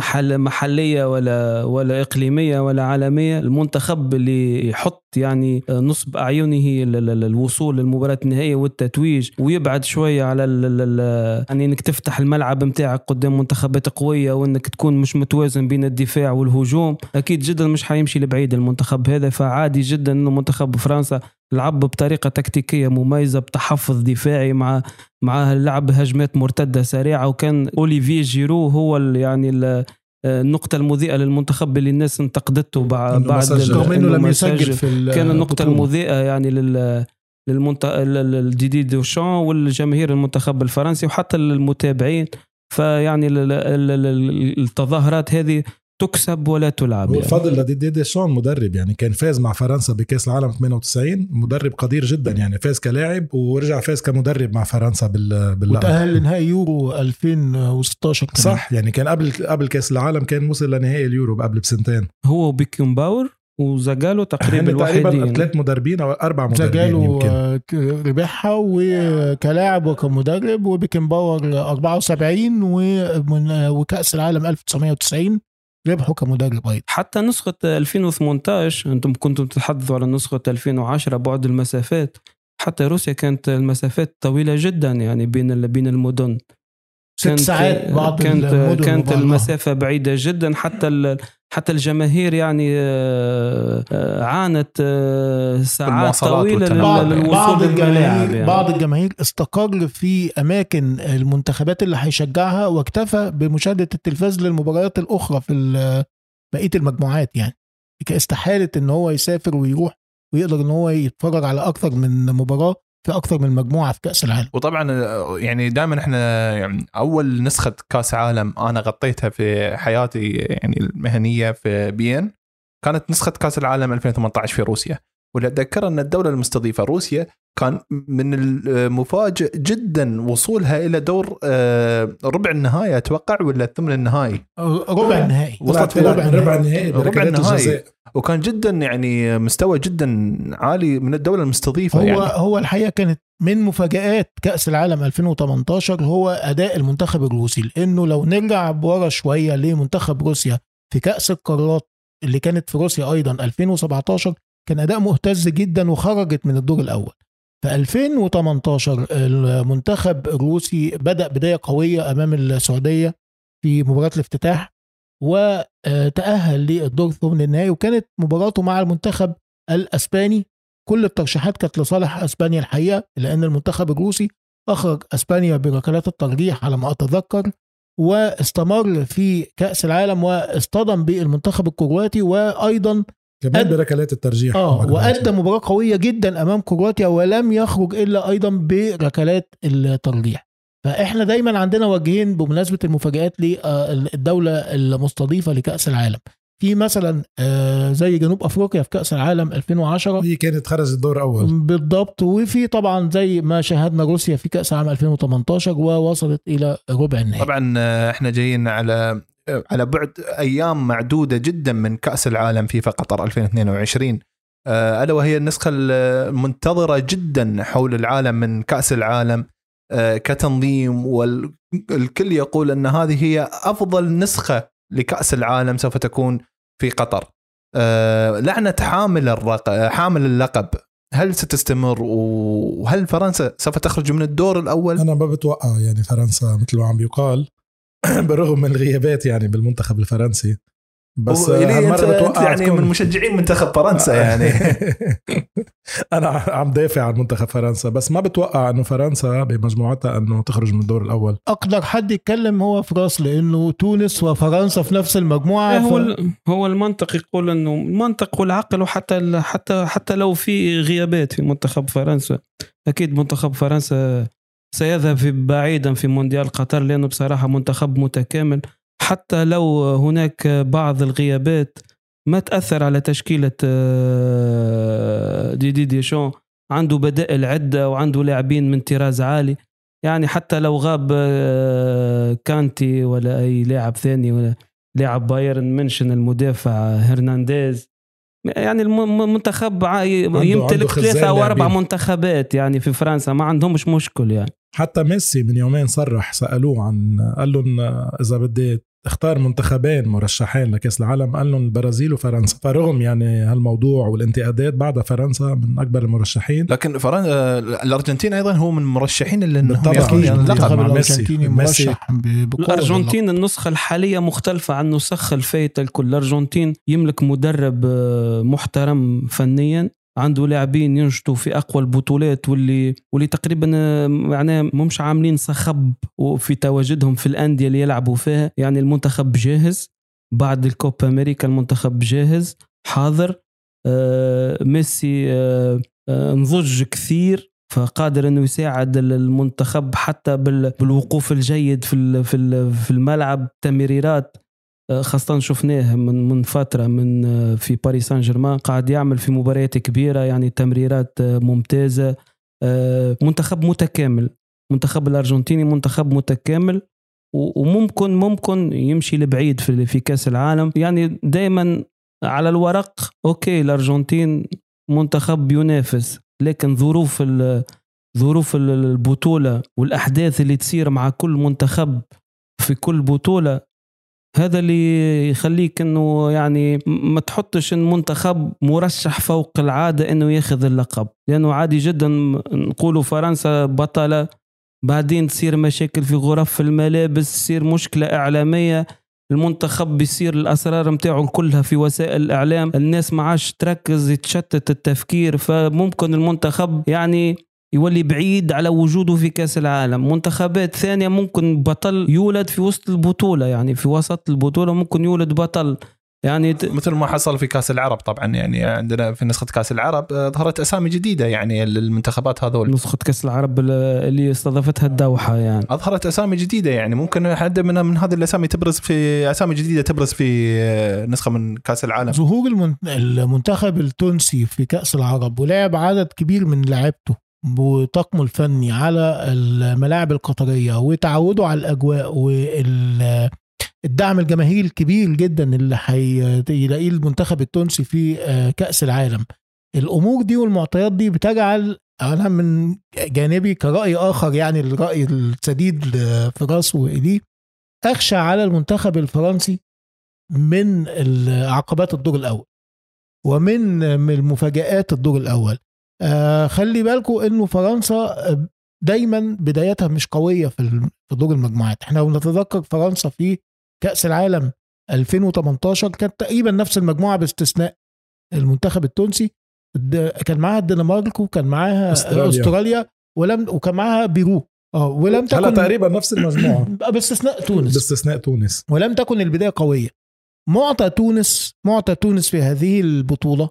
[SPEAKER 2] محلية ولا إقليمية ولا عالمية، المنتخب اللي يحط يعني نصب أعينه الوصول للمباراة النهائية والتتويج ويبعد شوية على يعني أنك تفتح الملعب متاعك قدام منتخبات قوية وأنك تكون مش متوازن بين الدفاع والهجوم، أكيد جدا مش حيمشي لبعيد المنتخب هذا. فعادي جدا أنه منتخب فرنسا لعب بطريقة تكتيكية مميزة بتحفظ دفاعي مع لعب هجمات مرتدة سريعة، وكان أوليفيه جيرو هو يعني النقطة المذيئة للمنتخب اللي الناس انتقدته بعد
[SPEAKER 4] رغم انه لم يسجل في
[SPEAKER 2] كان النقطة المذيئة يعني للديدي ديشان والجماهير المنتخب الفرنسي وحتى المتابعين. فيعني التظاهرات هذه تكسب ولا تلعب.
[SPEAKER 3] يعني. والفضل لديدي ديشان مدرب، يعني كان فاز مع فرنسا بكأس العالم 98، مدرب قدير جدا، يعني فاز كلاعب ورجع فاز كمدرب مع فرنسا باللقب،
[SPEAKER 4] وتأهل لنهائي يورو 2016 كمان.
[SPEAKER 3] صح، يعني كان قبل كأس العالم كان وصل لنهائي اليورو قبل بسنتين.
[SPEAKER 2] هو بيكنباور وزاجالو تقريبا الوحيدين،
[SPEAKER 3] 3 مدربين او 4 مدربين
[SPEAKER 4] زاجالو
[SPEAKER 3] يمكن
[SPEAKER 4] ربحها وكلاعب وكمدرب، وبيكنباور 74 وكأس العالم 1990 ربحوا كمدرب أيضا.
[SPEAKER 2] حتى نسخة 2018 أنتم كنتم تتحدثوا على نسخة 2010 بعد المسافات، حتى روسيا كانت المسافات طويلة جدا يعني بين المدن
[SPEAKER 4] 6 ساعات بعض
[SPEAKER 2] كانت المسافة بعيدة جدا. حتى الجماهير يعني عانت ساعات طويلة للوصول للملاعب. يعني
[SPEAKER 4] بعض الجماهير استقر في أماكن المنتخبات اللي هيشجعها واكتفى بمشاهدة التلفاز للمباريات الأخرى في بقية المجموعات، يعني كاستحالة إن هو يسافر ويروح ويقدر إن هو يتفرج على أكثر من مباراة في أكثر من مجموعة في كأس العالم.
[SPEAKER 1] وطبعا يعني دائما احنا يعني أول نسخة كأس عالم أنا غطيتها في حياتي يعني المهنية في بيين كانت نسخة كأس العالم 2018 في روسيا. واللي أتذكر أن الدولة المستضيفة روسيا كان من المفاجئ جدا وصولها إلى دور ربع النهائي أتوقع ولا ثمن النهائي،
[SPEAKER 4] ربع النهائي،
[SPEAKER 3] وصلت ربع النهائي
[SPEAKER 1] وكان جدا يعني مستوى جدا عالي من الدولة المستضيفة.
[SPEAKER 4] هو الحقيقة كانت من مفاجآت كأس العالم 2018 هو أداء المنتخب الروسي، لأنه لو نرجع بورا شوية لمنتخب روسيا في كأس القارات اللي كانت في روسيا أيضا 2017 كان أداء مهتز جدا وخرجت من الدور الأول. في 2018 المنتخب الروسي بدأ بداية قوية أمام السعودية في مباراة الافتتاح وتأهل للدور ثمن النهائي، وكانت مباراته مع المنتخب الأسباني كل الترشيحات كانت لصالح أسبانيا الحقيقة، لأن المنتخب الروسي أخرج أسبانيا بركلات الترجيح على ما أتذكر، واستمر في كأس العالم واصطدم بالمنتخب الكرواتي وأيضا
[SPEAKER 3] كمان بركلات الترجيح
[SPEAKER 4] وأدى مباراة قوية جدا أمام كرواتيا ولم يخرج إلا أيضا بركلات الترجيح. فإحنا دايما عندنا وجهين بمناسبة المفاجآت للدولة المستضيفة لكأس العالم. في مثلا زي جنوب أفريقيا في كأس العالم 2010
[SPEAKER 3] هي كانت خرجت الدور أول
[SPEAKER 4] بالضبط، وفي طبعا زي ما شاهدنا روسيا في كأس العالم 2018 ووصلت إلى ربع النهائي.
[SPEAKER 1] طبعا احنا جايين على بعد أيام معدودة جدا من كأس العالم فيفا قطر 2022 ألا وهي النسخة المنتظرة جدا حول العالم من كأس العالم كتنظيم، والكل يقول أن هذه هي أفضل نسخة لكأس العالم سوف تكون في قطر. لعنة حامل اللقب هل ستستمر، وهل فرنسا سوف تخرج من الدور الأول؟
[SPEAKER 3] أنا ما بتوقع يعني فرنسا مثل ما عم بيقال بالرغم من الغيابات يعني بالمنتخب الفرنسي، بس هالمرة بتوقع
[SPEAKER 1] يعني من مشجعين منتخب فرنسا يعني
[SPEAKER 3] أنا عم دافع عن منتخب فرنسا، بس ما بتوقع أنه فرنسا بمجموعتها أنه تخرج من الدور الأول.
[SPEAKER 4] أقدر حد يتكلم هو فراس، لأنه تونس وفرنسا في نفس المجموعة.
[SPEAKER 2] هو المنطق يقول أنه المنطق والعقل، وحتى لو في غيابات في منتخب فرنسا أكيد منتخب فرنسا سيذهب بعيدا في مونديال قطر، لأنه بصراحة منتخب متكامل. حتى لو هناك بعض الغيابات ما تأثر على تشكيلة ديدي ديشان، عنده بدائل عدة وعنده لاعبين من طراز عالي. يعني حتى لو غاب كانتي ولا أي لاعب ثاني ولا لاعب بايرن منشن المدافع هرنانديز، يعني المنتخب يمتلك 3 أو 4 منتخبات يعني في فرنسا ما عندهمش مشكل. يعني
[SPEAKER 3] حتى ميسي من يومين صرح، سألوه قال لهم إذا بدي اختار منتخبين مرشحين لكأس العالم قال لهم البرازيل وفرنسا. فرغم يعني هالموضوع والانتقادات بعد فرنسا من أكبر المرشحين،
[SPEAKER 1] لكن الأرجنتين أيضا هو من المرشحين اللي
[SPEAKER 4] اللقب الأرجنتيني مرشح
[SPEAKER 2] الأرجنتين النسخة الحالية مختلفة عن النسخة الفائتة الكل. الأرجنتين يملك مدرب محترم فنيا، عنده لاعبين ينشطوا في أقوى البطولات واللي تقريبا يعني مش عاملين صخب في تواجدهم في الأندية اللي يلعبوا فيها. يعني المنتخب جاهز بعد الكوبا أمريكا المنتخب جاهز حاضر. ميسي نضج كثير، فقادر انه يساعد المنتخب حتى بالوقوف الجيد في الملعب. تمريرات خاصة شفناه من فترة من في باريس سان جيرمان، قاعد يعمل في مباريات كبيرة يعني تمريرات ممتازة. منتخب متكامل، منتخب الأرجنتيني منتخب متكامل، وممكن يمشي لبعيد في كأس العالم. يعني دايما على الورق أوكي الأرجنتين منتخب ينافس، لكن ظروف البطولة والأحداث اللي تصير مع كل منتخب في كل بطولة، هذا اللي يخليك انه يعني ما تحطش المنتخب مرشح فوق العادة انه ياخذ اللقب، لانه عادي جدا نقولوا فرنسا بطلة، بعدين تصير مشاكل في غرف الملابس، تصير مشكلة إعلامية، المنتخب بيصير الأسرار متاعه كلها في وسائل الإعلام، الناس ما عادش تركز، يتشتت التفكير، فممكن المنتخب يعني يولي بعيد على وجوده في كأس العالم. منتخبات ثانية ممكن بطل يولد في وسط البطولة، يعني في وسط البطولة ممكن يولد بطل، يعني
[SPEAKER 1] مثل ما حصل في كأس العرب. طبعا يعني عندنا في نسخة كأس العرب ظهرت أسامي جديدة يعني المنتخبات هذول،
[SPEAKER 2] نسخة كأس العرب اللي استضافتها الدوحة يعني
[SPEAKER 1] أظهرت أسامي جديدة، يعني ممكن حد من هذه الأسامي تبرز في أسامي جديدة تبرز في نسخة من كأس العالم.
[SPEAKER 4] ظهور المنتخب التونسي في كأس العرب ولعب عدد كبير من لاعبته بطاقمه الفني على الملاعب القطرية، وتعودوا على الأجواء والدعم الجماهيري الكبير جدا اللي هيلاقيه المنتخب التونسي في كأس العالم. الأمور دي والمعطيات دي بتجعل أنا من جانبي كرأي آخر، يعني الرأي السديد في راسه وإليه، أخشى على المنتخب الفرنسي من عقبات الدور الأول ومن المفاجآت الدور الأول. خلي بالكم انه فرنسا دايما بدايتها مش قوية في دور المجموعات. احنا بنتذكر فرنسا في كأس العالم 2018 كانت تقريبا نفس المجموعة باستثناء المنتخب التونسي، كان معاها الدنمارك وكان معاها استراليا وكان معاها بيرو، ولم تكن
[SPEAKER 3] تقريبا نفس المجموعة
[SPEAKER 4] باستثناء تونس، ولم تكن البداية قوية. معطى تونس في هذه البطولة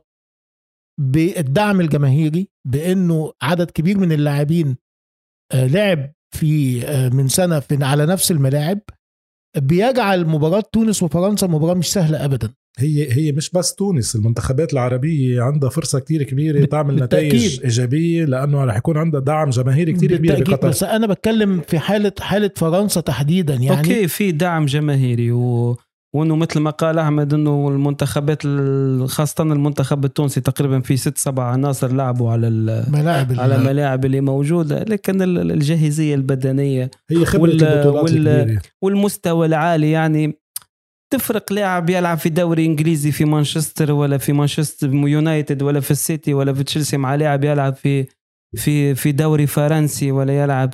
[SPEAKER 4] بالدعم الجماهيري، بأنه عدد كبير من اللاعبين لعب في من سنة على نفس الملاعب، بيجعل مباراة تونس وفرنسا مباراة مش سهلة أبدا.
[SPEAKER 3] هي مش بس تونس، المنتخبات العربية عندها فرصة كتير كبيرة تعمل نتائج إيجابية، لأنه رح يكون عندها دعم جماهيري كتير كبير بقطر.
[SPEAKER 4] بس أنا بتكلم في حالة فرنسا تحديدا، يعني
[SPEAKER 2] أوكي في دعم جماهيري وانه مثل ما قال احمد انه المنتخبات خاصه المنتخب التونسي تقريبا في 6-7 عناصر لعبوا على الملاعب اللي موجوده، لكن الجاهزيه البدنيه
[SPEAKER 3] هي خبره البطولات
[SPEAKER 2] والمستوى العالي، يعني تفرق لاعب يلعب في دوري انجليزي في مانشستر ولا في مانشستر يونايتد ولا في السيتي ولا في تشيلسي، مع لاعب يلعب في دوري فرنسي ولا يلعب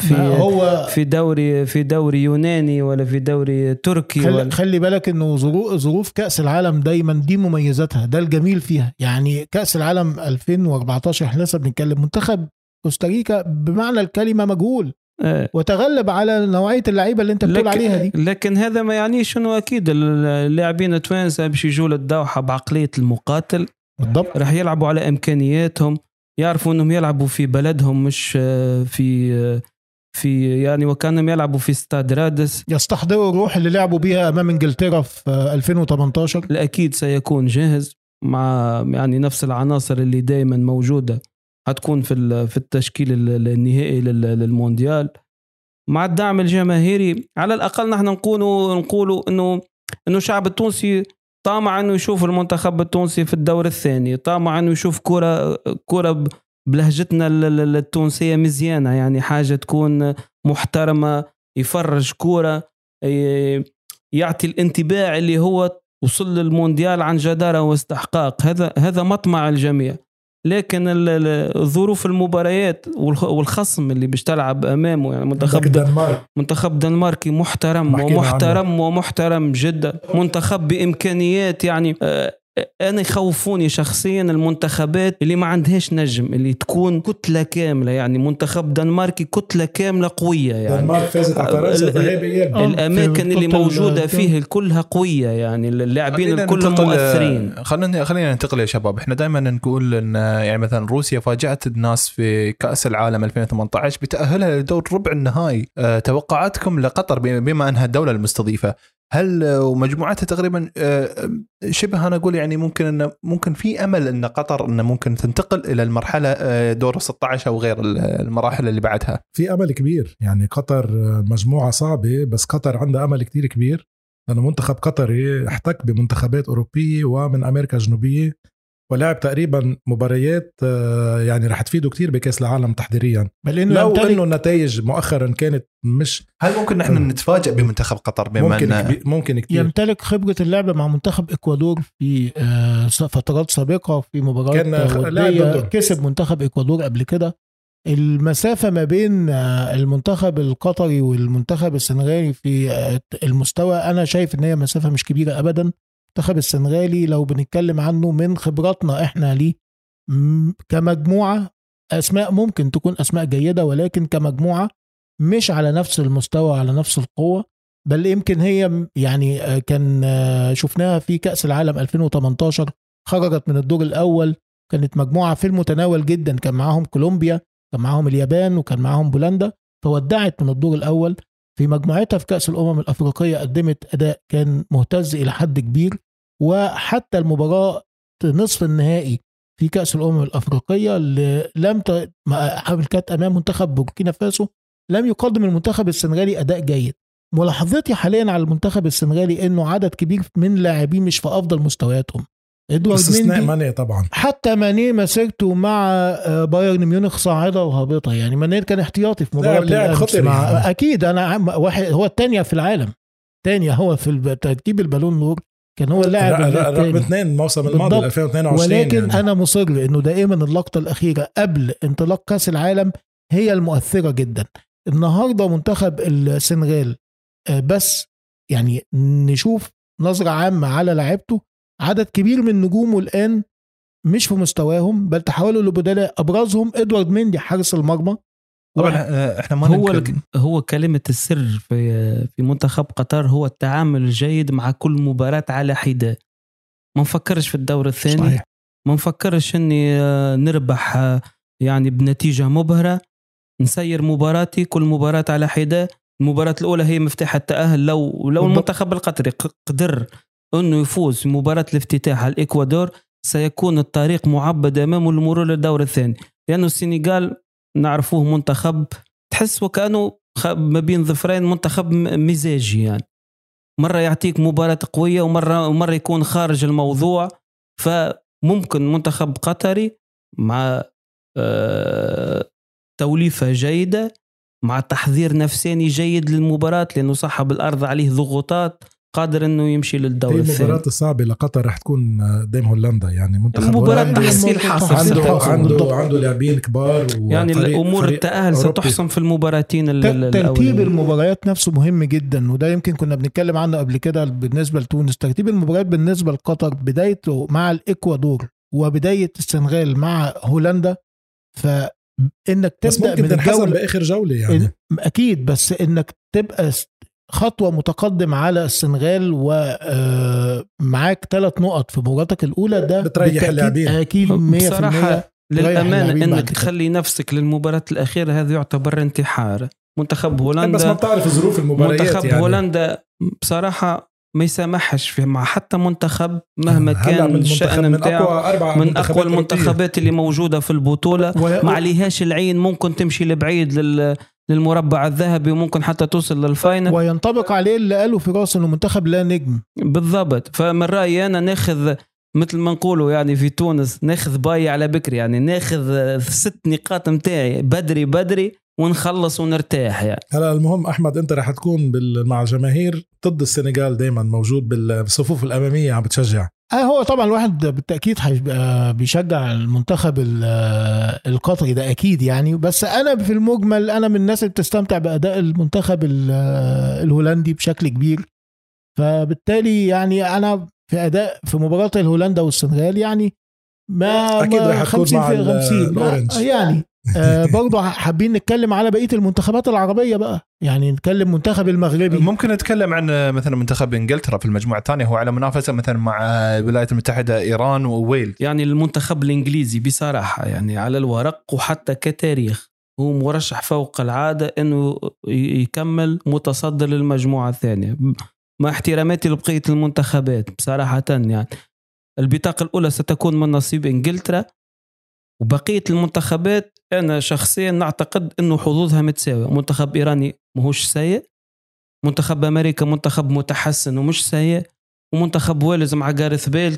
[SPEAKER 2] في دوري يوناني ولا في دوري تركي.
[SPEAKER 4] خلي بالك انه ظروف كأس العالم دايما دي مميزاتها، ده الجميل فيها. يعني كأس العالم 2014 احنا لسه بنتكلم منتخب كوستاريكا بمعنى الكلمة مجهول، وتغلب على نوعية اللعيبة اللي انت بتقول عليها دي.
[SPEAKER 2] لكن هذا ما يعنيش انه اكيد اللاعبين التوانسة باش يجوا للدوحة بعقلية المقاتل
[SPEAKER 4] بالضبط،
[SPEAKER 2] راح يلعبوا على امكانياتهم، يعرفوا انهم يلعبوا في بلدهم مش في يعني وكانهم يلعبوا في استاد رادس،
[SPEAKER 4] يستحضروا الروح اللي لعبوا بيها امام انجلترا في 2018.
[SPEAKER 2] اكيد سيكون جاهز مع يعني نفس العناصر اللي دائما موجودة هتكون في التشكيل النهائي للمونديال، مع الدعم الجماهيري. على الأقل نحن نقولوا إنه الشعب التونسي طامع إنه يشوف المنتخب التونسي في الدور الثاني، طامع إنه يشوف كرة بلهجتنا التونسية مزيانة، يعني حاجة تكون محترمة، يفرج كرة يعطي الانتباع اللي هو وصل للمونديال عن جدارة واستحقاق. هذا مطمع الجميع. لكن الظروف المباريات والخصم اللي باش تلعب امامه، يعني منتخب دنماركي محترم ومحترم جدا، منتخب بامكانيات، يعني أنا يخوفوني شخصيا المنتخبات اللي ما عندهاش نجم، اللي تكون كتلة كاملة، يعني منتخب دنماركي كتلة كاملة قوية، يعني
[SPEAKER 3] دنمارك فازت على فرنسا ذهاب إياب.
[SPEAKER 2] الأماكن اللي موجودة فيه كلها قوية، يعني اللاعبين الكل مؤثرين.
[SPEAKER 1] خلينا ننتقل يا شباب. احنا دائما نقول ان يعني مثلا روسيا فاجأت الناس في كأس العالم 2018 بتأهلها لدور ربع النهائي. توقعاتكم لقطر بما انها الدولة المستضيفة، هل ومجموعتها تقريبا شبه انا اقول يعني ممكن في امل ان قطر انه ممكن تنتقل الى المرحله دور 16 او غير المراحل اللي بعدها؟
[SPEAKER 3] في امل كبير، يعني قطر مجموعه صعبه بس قطر عندها امل كتير كبير، لأن منتخب قطري احتك بمنتخبات أوروبية ومن أمريكا الجنوبية ولعب تقريبا مباريات يعني رح تفيده كتير بكأس العالم تحضيريا. لو إنه النتائج مؤخرا كانت مش،
[SPEAKER 1] هل ممكن نحن نتفاجأ بمنتخب قطر بما
[SPEAKER 3] ممكن كتير.
[SPEAKER 4] يمتلك خبرة اللعب مع منتخب إكوادور في فترات سابقة، في مباريات ودية كسب منتخب إكوادور قبل كده. المسافة ما بين المنتخب القطري والمنتخب السنغالي في المستوى أنا شايف إن هي مسافة مش كبيرة أبدا. المنتخب السنغالي لو بنتكلم عنه من خبراتنا إحنا ليه كمجموعة، أسماء ممكن تكون أسماء جيدة، ولكن كمجموعة مش على نفس المستوى على نفس القوة. بل يمكن هي يعني كان شفناها في كأس العالم 2018 خرجت من الدور الأول، كانت مجموعة في المتناول جدا، كان معاهم كولومبيا، كان معاهم اليابان، وكان معاهم بولندا، فودعت من الدور الأول. في مجموعتها في كأس الأمم الأفريقية قدمت أداء كان مهتز إلى حد كبير، وحتى المباراة نصف النهائي في كأس الأمم الأفريقية اللي كانت أمام منتخب بوركينا فاسو لم يقدم المنتخب السنغالي أداء جيد. ملاحظتي حاليا على المنتخب السنغالي إنه عدد كبير من لاعبين مش في أفضل مستوياتهم.
[SPEAKER 3] استثناء ماني طبعا،
[SPEAKER 4] حتى ماني مسيرته مع بايرن ميونخ صاعدة وهابطة، يعني ماني كان احتياطي في مباراة الأمس مع أكيد أنا واحد هو الثانية في العالم، ثانية هو في ترتيب البالون دور، كان هو اللاعب
[SPEAKER 3] رقم 2 الموسم الماضي 2022.
[SPEAKER 4] ولكن
[SPEAKER 3] يعني
[SPEAKER 4] أنا مصر إنه دائما اللقطة الأخيرة قبل انطلاق كأس العالم هي المؤثرة جدا. النهاردة منتخب السنغال بس يعني نشوف نظرة عامة على لاعبته، عدد كبير من نجومه الآن مش في مستواهم بل تحولوا لبدلاء، أبرزهم إدوارد ميندي حارس المرمى.
[SPEAKER 1] طبعا احنا ما
[SPEAKER 2] هو كلمة السر في منتخب قطر هو التعامل الجيد مع كل مباراة على حدة. ما نفكرش في الدور الثاني صحيح. ما نفكرش اني نربح يعني بنتيجة مبهرة، نسير مباراتي كل مباراة على حدة. المباراة الأولى هي مفتاح التأهل. لو المنتخب القطري قدر أنه يفوز في مباراة الافتتاح على الإكوادور سيكون الطريق معبد أمامه للمرور للدور الثاني، لأنه السنغال نعرفوه منتخب تحس وكأنه ما بين ظفرين، منتخب مزاجي، يعني مرة يعطيك مباراة قوية ومرة يكون خارج الموضوع. فممكن منتخب قطري مع توليفة جيدة مع تحضير نفساني جيد للمباراة، لأنه صاحب الأرض عليه ضغوطات قادر انه يمشي للدور الثاني.
[SPEAKER 3] المباراة الصعبة لقطر رح تكون قدام هولندا، يعني منتخب
[SPEAKER 2] مباراة تحصيل حاصل،
[SPEAKER 3] عنده لاعبين كبار،
[SPEAKER 2] يعني الامور التأهل ستحسم في المباراتين
[SPEAKER 4] ترتيب المباريات نفسه مهم جدا، وده يمكن كنا بنتكلم عنه قبل كده بالنسبة لتونس. ترتيب المباريات بالنسبة لقطر بدايته مع الإكوادور وبداية السنغال مع هولندا، فإنك تبدأ من الجولة
[SPEAKER 3] بآخر جولة يعني
[SPEAKER 4] أكيد، بس إنك تبقى خطوة متقدم على السنغال ومعاك 3 نقط في مباراتك الأولى، ده
[SPEAKER 3] بتريح اللاعبين
[SPEAKER 4] أكيد 100%.
[SPEAKER 2] بصراحة للأمانة إنك تخلي نفسك للمباراة الأخيرة هذا يعتبر انتحار. منتخب هولندا
[SPEAKER 3] بس ما بتعرف ظروف المباريات،
[SPEAKER 2] منتخب
[SPEAKER 3] يعني
[SPEAKER 2] هولندا بصراحة ما يسامحش مع حتى منتخب مهما كان الشأن متاعه من أقوى المنتخبات اللي موجودة في البطولة، ما عليهاش العين، ممكن تمشي لبعيد للمربع الذهبي وممكن حتى توصل للفاينل،
[SPEAKER 4] وينطبق عليه اللي قالوا في راس انه منتخب لا نجم
[SPEAKER 2] بالضبط. فمن رأيي أنا ناخذ مثل ما نقولوا يعني في تونس ناخذ باي على بكري، يعني ناخذ 6 نقاط متاعي بدري ونخلص ونرتاح. يعني
[SPEAKER 3] هلا المهم أحمد أنت رح تكون مع جماهير ضد السنغال دايما موجود بالصفوف الأمامية عم بتشجع.
[SPEAKER 4] هو طبعا الواحد بالتأكيد بيشجع المنتخب القطري ده أكيد يعني، بس أنا في المجمل أنا من الناس اللي بتستمتع بأداء المنتخب الهولندي بشكل كبير. فبالتالي يعني أنا في اداء في مباراه هولندا والسنغال، يعني ما
[SPEAKER 3] اكيد رح تكون مع
[SPEAKER 4] 50 يعني. برضه حابين نتكلم على بقيه المنتخبات العربيه بقى، يعني نتكلم منتخب المغربي.
[SPEAKER 1] ممكن نتكلم عن مثلا منتخب انجلترا في المجموعه الثانيه، هو على منافسه مثلا مع الولايات المتحده، ايران وويل.
[SPEAKER 2] يعني المنتخب الانجليزي بصراحه يعني على الورق وحتى كتاريخ هو مرشح فوق العاده انه يكمل متصدر للمجموعه الثانيه، مع احتراماتي لبقيه المنتخبات بصراحه. يعني البطاقه الاولى ستكون من نصيب انجلترا، وبقيه المنتخبات انا شخصيا نعتقد انه حظوظها متساويه. منتخب ايراني ماهوش سيء، منتخب امريكا منتخب متحسن ومش سيء، ومنتخب ويلز مع جاريث بيل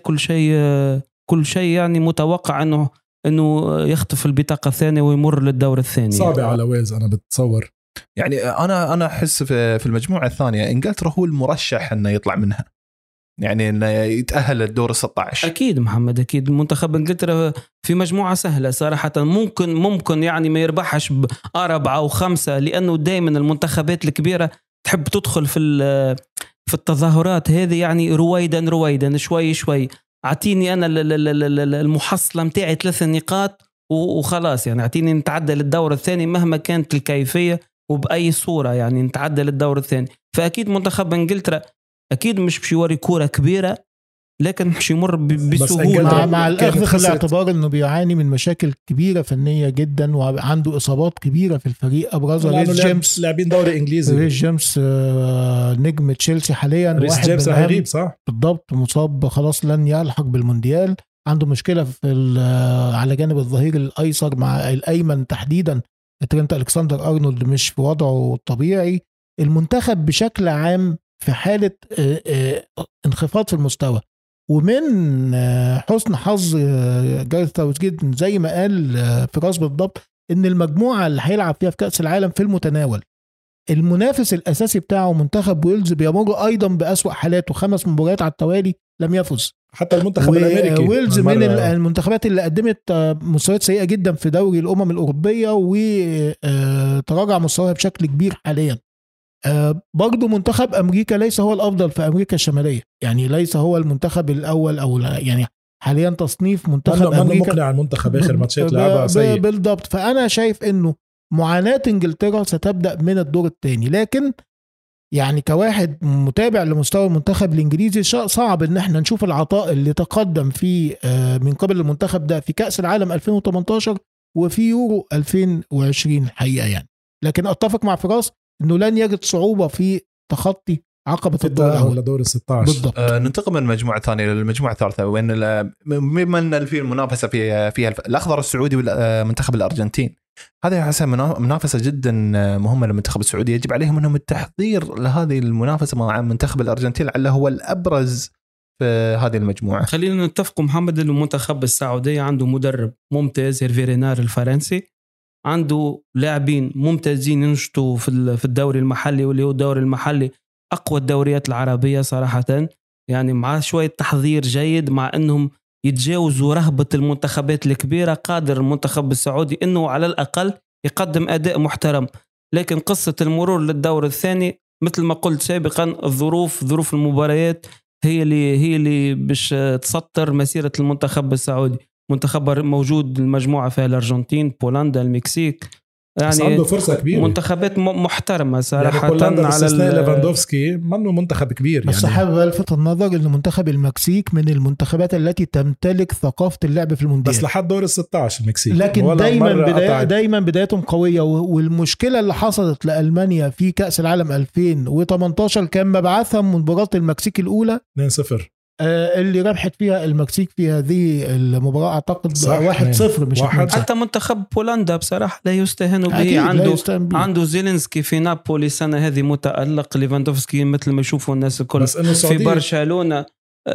[SPEAKER 2] كل شيء يعني متوقع انه يخطف البطاقه الثانيه ويمر للدور الثاني.
[SPEAKER 3] صعب على ويلز انا بتصور.
[SPEAKER 1] يعني انا احس في المجموعه الثانيه انجلترا هو المرشح انه يطلع منها، يعني انه يتاهل للدور 16.
[SPEAKER 2] اكيد محمد، اكيد المنتخب انجلترا في مجموعه سهله صراحه. ممكن يعني ما يربحش ب4 أو 5، لانه دائما المنتخبات الكبيره تحب تدخل في التظاهرات هذه، يعني رويدا شوي. اعطيني انا المحصله متاعي 3 نقاط وخلاص، يعني اعطيني نتعدى للدور الثاني مهما كانت الكيفيه وباي صوره، يعني نتعدى للدور الثاني. فاكيد منتخب انجلترا اكيد مش بشي يوري كوره كبيره، لكن مش يمر بسهوله،
[SPEAKER 4] مع الاخذ في الاعتبار انه بيعاني من مشاكل كبيره فنيه جدا، وعنده اصابات كبيره في الفريق. ابرزها ريس جيمس،
[SPEAKER 3] لاعبين دوري انجليزي.
[SPEAKER 4] ريس جيمس نجم تشيلسي حاليا،
[SPEAKER 3] ريس جيمس غريب صح
[SPEAKER 4] بالضبط، مصاب خلاص لن يلحق بالمونديال. عنده مشكله في على جانب الظهير الايسر مع الايمن تحديدا، ترينت الكسندر ارنولد مش في وضعه الطبيعي. المنتخب بشكل عام في حاله انخفاض في المستوى، ومن حسن حظ جاريث ساوثجيت زي ما قال فراس بالضبط ان المجموعه اللي هيلعب فيها في كأس العالم في المتناول. المنافس الاساسي بتاعه منتخب ويلز بيمر ايضا بأسوأ حالاته، 5 مباريات على التوالي لم يفز.
[SPEAKER 3] حتى المنتخب الامريكي
[SPEAKER 4] ويلز من المنتخبات اللي قدمت مستويات سيئه جدا في دوري الامم الاوروبيه، وتراجع مستواها بشكل كبير حاليا. برضو منتخب أمريكا ليس هو الأفضل في أمريكا الشمالية، يعني ليس هو المنتخب الأول، أو يعني حاليا تصنيف منتخب أمريكا
[SPEAKER 3] مقنع. المنتخب آخر ماتشات لعبها سيء
[SPEAKER 4] بالضبط. فأنا شايف أنه معاناة إنجلترا ستبدأ من الدور الثاني، لكن يعني كواحد متابع لمستوى المنتخب الإنجليزي صعب أن احنا نشوف العطاء اللي تقدم فيه من قبل المنتخب ده في كأس العالم 2018 وفي يورو 2020 الحقيقة يعني. لكن أتفق مع فراس انه لن يجد صعوبه في تخطي عقبه الدور الاول
[SPEAKER 3] لدور 16
[SPEAKER 4] بالضبط.
[SPEAKER 1] ننتقل من المجموعه الثانيه للمجموعه الثالثه، وين ممن في المنافسه فيها الاخضر السعودي والمنتخب الارجنتين. هذه حسب منافسه جدا مهمه للمنتخب السعودي، يجب عليهم انهم التحضير لهذه المنافسه مع منتخب الارجنتين لعله هو الابرز في هذه المجموعه.
[SPEAKER 2] خلينا نتفق محمد انه المنتخب السعودي عنده مدرب ممتاز، هيرفي رينار الفرنسي، عنده لاعبين ممتازين ينشطوا في الدوري المحلي، واللي هو الدوري المحلي أقوى الدوريات العربية صراحة. يعني مع شوية تحضير جيد، مع أنهم يتجاوزوا رهبة المنتخبات الكبيرة، قادر المنتخب السعودي أنه على الأقل يقدم أداء محترم. لكن قصة المرور للدور الثاني مثل ما قلت سابقا، ظروف المباريات هي اللي باش تسطر مسيرة المنتخب السعودي. منتخب موجود المجموعة فيها الأرجنتين، بولندا، المكسيك، يعني
[SPEAKER 3] عنده فرصة كبيرة،
[SPEAKER 2] منتخبات محترمة صراحة.
[SPEAKER 3] يعني بولندا على ليفاندوفسكي منه منتخب كبير
[SPEAKER 4] بس
[SPEAKER 3] يعني.
[SPEAKER 4] حابب الفت النظر ان منتخب المكسيك من المنتخبات التي تمتلك ثقافة اللعب في المونديال،
[SPEAKER 3] بس لحد دور 16 المكسيك،
[SPEAKER 4] لكن دايما بدايتهم قوية. والمشكلة اللي حصلت لألمانيا في كأس العالم 2018 كان مبعثها من مباراة المكسيك الأولى
[SPEAKER 3] 2-0
[SPEAKER 4] اللي ربحت فيها المكسيك في هذه المباراة اعتقد 1-0 مش 1.
[SPEAKER 2] حتى منتخب بولندا بصراحة لا يستهان به، عنده زيلينسكي في نابولي السنة هذه متألق، ليفاندوفسكي مثل ما يشوفوا الناس الكل في برشلونة.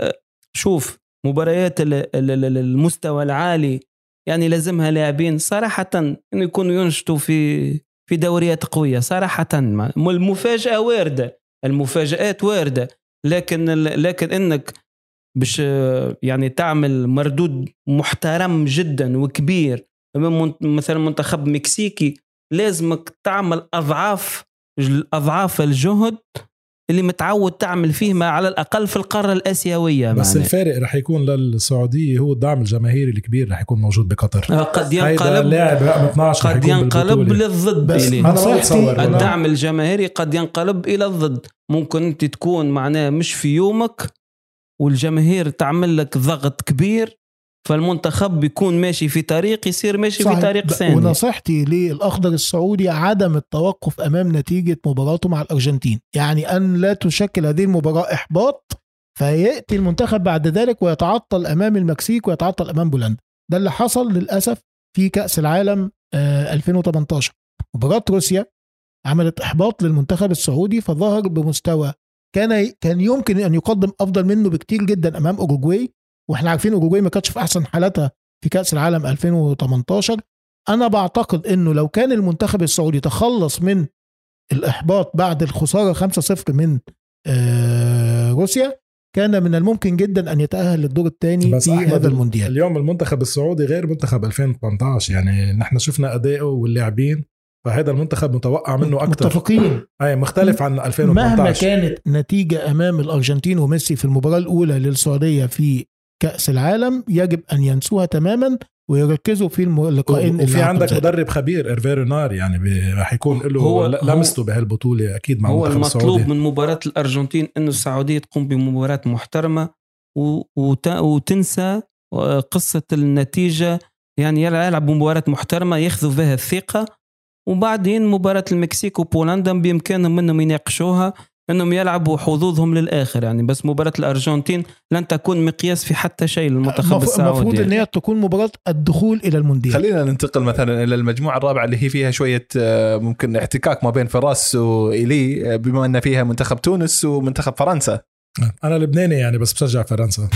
[SPEAKER 2] شوف مباريات المستوى العالي يعني لازمها لاعبين صراحة انه يكونوا ينشطوا في دوريات قوية صراحة. المفاجأة واردة، المفاجآت واردة، لكن انك باش يعني تعمل مردود محترم جدا وكبير مثلا منتخب مكسيكي، لازمك تعمل اضعاف الجهد اللي متعود تعمل فيه ما على الأقل في القارة الآسيوية.
[SPEAKER 3] بس الفارق رح يكون للسعودية هو الدعم الجماهيري الكبير رح يكون موجود بقطر.
[SPEAKER 2] قد ينقلب
[SPEAKER 3] لاعب رقم 12
[SPEAKER 2] قد ينقلب للضد. الدعم الجماهيري قد ينقلب إلى الضد. ممكن أنت تكون معناه مش في يومك والجماهير تعمل لك ضغط كبير، فالمنتخب بيكون ماشي في طريق يصير ماشي في طريق ثاني.
[SPEAKER 4] ونصيحتي للأخضر السعودي عدم التوقف أمام نتيجة مباراته مع الأرجنتين، يعني أن لا تشكل هذه المباراة إحباط فيأتي المنتخب بعد ذلك ويتعطل أمام المكسيك ويتعطل أمام بولندا. ده اللي حصل للأسف في كأس العالم 2018. مباراة روسيا عملت إحباط للمنتخب السعودي فظهر بمستوى كان يمكن أن يقدم أفضل منه بكتير جدا أمام أوروجواي، واحنا عارفين أوروجواي ما كانتش في أحسن حالاتها في كأس العالم 2018. أنا بعتقد أنه لو كان المنتخب السعودي تخلص من الإحباط بعد الخسارة 5-0 من روسيا كان من الممكن جدا أن يتأهل للدور الثاني في هذا المونديال.
[SPEAKER 3] اليوم المنتخب السعودي غير منتخب 2018، يعني نحن شفنا أداؤه واللاعبين، فهذا المنتخب متوقع منه أكتر.
[SPEAKER 4] متفقين.
[SPEAKER 3] أي مختلف عن 2018.
[SPEAKER 4] مهما كانت نتيجة أمام الأرجنتين وميسي في المباراة الأولى للسعودية في كأس العالم يجب أن ينسوها تماما ويركزوا في اللقاءين.
[SPEAKER 3] وفي عندك مدرب خبير إرفيرو نار، يعني راح يكون له لمسته بهالبطولة أكيد مع المنتخب السعودي.
[SPEAKER 2] هو المطلوب من مباراة الأرجنتين إنه السعودية تقوم بمباراة محترمة وتنسى قصة النتيجة، يعني يلعب مباراة محترمة ياخذوا فيها الثقة، وبعدين مباراة المكسيك وبولندا بإمكانهم منهم يناقشوها أنهم يلعبوا حظوظهم للآخر يعني. بس مباراة الأرجنتين لن تكون مقياس في حتى شيء للمنتخب السعودي.
[SPEAKER 4] المفروض أن هي تكون مباراة الدخول إلى المونديال.
[SPEAKER 1] خلينا ننتقل مثلا إلى المجموعة الرابعة اللي هي فيها شوية ممكن احتكاك ما بين فراس وإيلي، بما أن فيها منتخب تونس ومنتخب فرنسا.
[SPEAKER 3] أنا لبناني يعني بس بشجع فرنسا.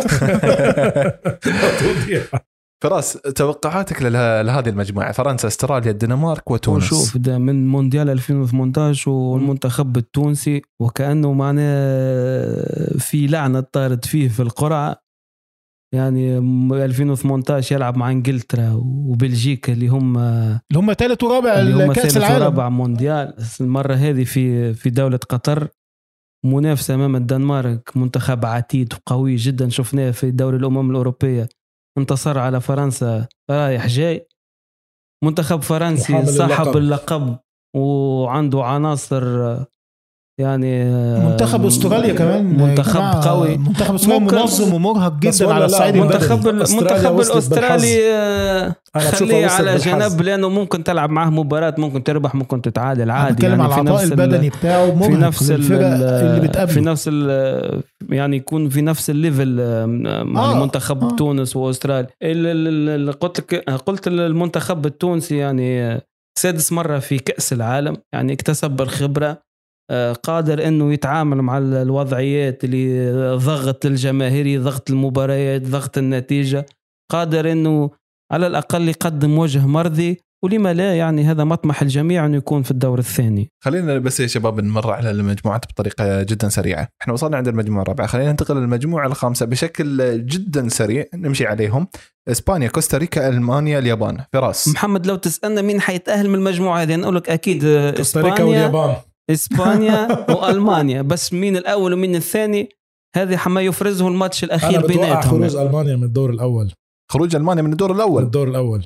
[SPEAKER 1] فراس، توقعاتك لهذه المجموعة؟ فرنسا، استراليا، الدنمارك وتونس.
[SPEAKER 2] شوف ده من مونديال 2018 والمنتخب التونسي وكأنه معنا في لعنة طارت فيه في القرعة. يعني 2018 يلعب مع انجلترا وبلجيكا اللي هم
[SPEAKER 4] ثالث ورابع كأس العالم،
[SPEAKER 2] رابع مونديال. المرة هذه في دولة قطر منافسة أمام الدنمارك، منتخب عتيد وقوي جدا شفناه في دوري الأمم الأوروبية، انتصر على فرنسا رايح جاي. منتخب فرنسي صاحب اللقب وعنده عناصر يعني.
[SPEAKER 4] منتخب استراليا كمان
[SPEAKER 2] منتخب قوي،
[SPEAKER 4] منتخب استراليا منظم ومرهق جدا على الصعيد
[SPEAKER 2] المنتخب الاسترالي خليه على جنب، لانه ممكن تلعب معه مباراة، ممكن تربح ممكن تتعادل عادي
[SPEAKER 4] يعني. على العطاء البدني بتاعه
[SPEAKER 2] في نفس
[SPEAKER 4] الفرق اللي بتقابله،
[SPEAKER 2] في نفس يعني يكون في نفس الليفل يعني منتخب تونس واستراليا. قلت المنتخب التونسي يعني سادس مرة في كأس العالم، يعني اكتسب الخبرة، قادر انه يتعامل مع الوضعيات اللي ضغط الجماهيري، ضغط المباريات، ضغط النتيجة، قادر انه على الاقل يقدم وجه مرضي، ولما لا يعني هذا مطمح الجميع انه يكون في الدور الثاني.
[SPEAKER 1] خلينا بس يا شباب نمر على المجموعات بطريقة جدا سريعة. احنا وصلنا عند المجموعة الرابعة، خلينا ننتقل للمجموعة الخامسة بشكل جدا سريع نمشي عليهم. اسبانيا، كوستاريكا، المانيا، اليابان. فراس
[SPEAKER 2] محمد، لو تسألنا مين حيتأهل من المجموعة هذه نقول لك اكيد
[SPEAKER 3] كوستاريكا واليابان،
[SPEAKER 2] إسبانيا وألمانيا، بس مين الأول ومين الثاني هذه حما يفرزه الماتش الأخير بيناتهم.
[SPEAKER 3] خروج ألمانيا من الدور الأول.
[SPEAKER 1] خروج ألمانيا من الدور
[SPEAKER 3] الأول.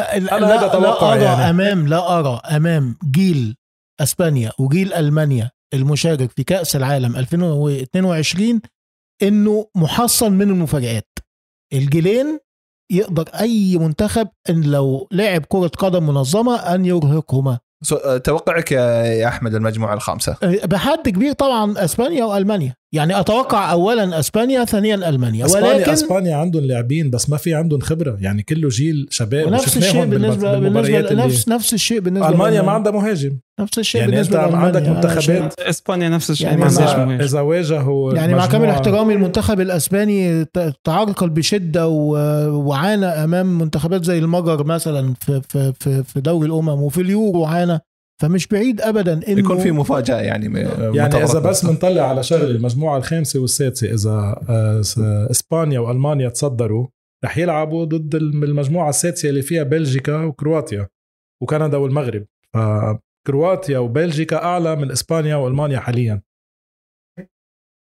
[SPEAKER 4] لا أرى أمام جيل أسبانيا وجيل ألمانيا المشارك في كأس العالم 2022 إنه محصن من المفاجآت. الجيلين يقدر أي منتخب إن لو لعب كرة قدم منظمة أن يرهقهما.
[SPEAKER 1] توقعك يا أحمد المجموعة الخامسة؟
[SPEAKER 4] بحد كبير طبعا أسبانيا وألمانيا، يعني أتوقع أولا أسبانيا ثانيا ألمانيا. ولكن
[SPEAKER 3] أسبانيا عندهم لاعبين بس ما في عندهم خبرة، يعني كله جيل شباب.
[SPEAKER 4] نفس الشيء بالنسبة نفس الشيء بالنسبة
[SPEAKER 3] ألمانيا ما عندها مهاجم،
[SPEAKER 4] نفس الشيء
[SPEAKER 3] يعني
[SPEAKER 4] بالنسبة
[SPEAKER 3] أنت عندك منتخبات.
[SPEAKER 2] إسبانيا نفس الشيء
[SPEAKER 4] يعني
[SPEAKER 2] ما عندهاش مهاجم.
[SPEAKER 3] إذا واجهوا
[SPEAKER 4] يعني مع كامل احترامي المنتخب الأسباني تعرقل بشدة وعانى أمام منتخبات زي المجر مثلا في دوري الأمم وفي اليورو عانى، فمش بعيد ابدا انه
[SPEAKER 1] يكون في مفاجاه يعني
[SPEAKER 3] اذا بس بنطلع على شغله المجموعه الخامسه والسادسه، اذا اسبانيا والمانيا تصدروا رح يلعبوا ضد المجموعه السادسه اللي فيها بلجيكا وكرواتيا وكندا والمغرب. فكرواتيا وبلجيكا اعلى من اسبانيا والمانيا حاليا،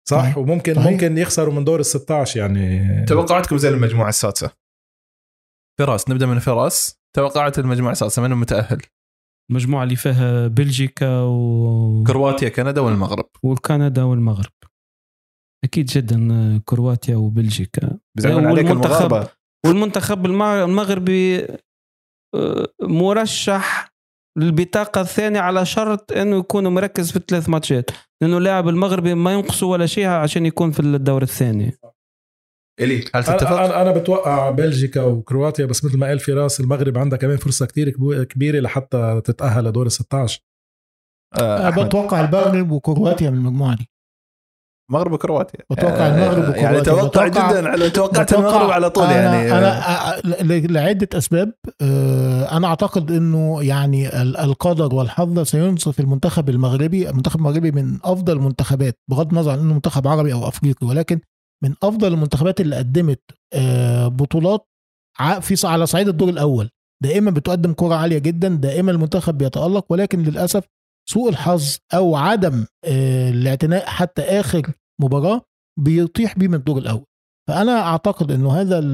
[SPEAKER 3] صح. وممكن
[SPEAKER 4] صحيح.
[SPEAKER 3] ممكن يخسروا من دور ال16 يعني.
[SPEAKER 1] توقعاتكم زي المجموعة السادسة؟ فراس، نبدأ من فراس. توقعات المجموعة السادسة من المتأهل؟
[SPEAKER 2] المجموعة اللي فيها بلجيكا
[SPEAKER 1] كرواتيا، كندا والمغرب.
[SPEAKER 2] وكندا والمغرب أكيد جدا. كرواتيا وبلجيكا
[SPEAKER 1] بزعلون عليك المغاربة.
[SPEAKER 2] والمنتخب المغربي مرشح للبطاقة الثانية على شرط أنه يكون مركز في 3 ماتشات، لأنه لاعب المغربي ما ينقصه ولا شيء عشان يكون في الدور الثاني.
[SPEAKER 1] إلي هل تتفق؟
[SPEAKER 3] أنا بتوقع بلجيكا وكرواتيا، بس مثل ما قال فراس المغرب عندها كمان فرصة كتير كبيرة لحتى تتأهل لدور ال16.
[SPEAKER 4] بتوقع المغرب وكرواتيا من المجموعة دي.
[SPEAKER 1] مغرب وكرواتيا.
[SPEAKER 4] بتوقع المغرب وكرواتيا.
[SPEAKER 1] يعني توقع جدا على توقعت المغرب على طول.
[SPEAKER 4] أنا لعدة أسباب. أنا أعتقد أنه يعني القدر والحظ سينصف المنتخب المغربي. المنتخب المغربي من أفضل المنتخبات، بغض النظر عن أنه منتخب عربي أو أفريقي، ولكن من أفضل المنتخبات اللي قدمت بطولات على صعيد الدور الأول. دائما بتقدم كرة عالية جدا، دائما المنتخب بيتألق، ولكن للأسف سوء الحظ أو عدم الاعتناء حتى آخر مباراة بيطيح بيه من الدور الأول. فأنا أعتقد أنه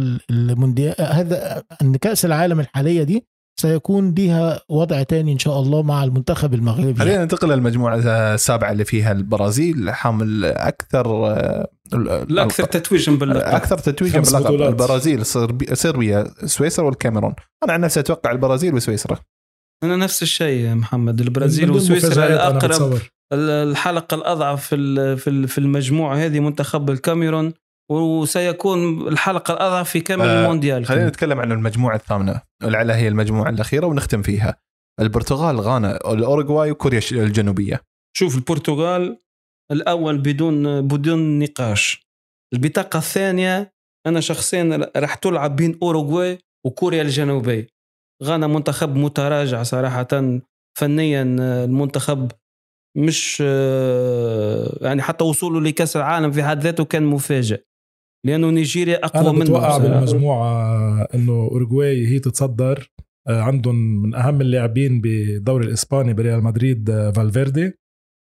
[SPEAKER 4] هذا أن كأس العالم الحالية دي سيكون ليها وضع تاني إن شاء الله مع المنتخب المغربي.
[SPEAKER 1] خلينا ننتقل للمجموعة السابعة اللي فيها البرازيل، حامل الأكثر تتويجا باللقب. البرازيل، صربيا، سويسرا والكاميرون. أنا عن نفسي أتوقع البرازيل وسويسرا.
[SPEAKER 2] أنا نفس الشيء محمد، البرازيل وسويسرا الأقرب. الحلقة الأضعف في المجموعة هذه منتخب الكاميرون، وسيكون الحلقة الأضعف في كامل المونديال.
[SPEAKER 1] خلينا نتكلم عن المجموعة الثامنة، ولعلها هي المجموعة الأخيرة ونختم فيها. البرتغال، غانا، الأوروغواي وكوريا الجنوبية.
[SPEAKER 2] شوف، البرتغال الأول بدون نقاش. البطاقة الثانية أنا شخصيا راح تلعب بين أوروغواي وكوريا الجنوبية. غانا منتخب متراجع صراحة فنيا، المنتخب مش يعني حتى وصوله لكأس العالم في حد ذاته كان مفاجئ، لأنه نيجيريا أقوى منه.
[SPEAKER 3] أنا بتوقع بالمجموعة أنه أوروغواي هي تتصدر. عندهم من أهم اللاعبين بدور الإسباني بريال مدريد فالفيردي،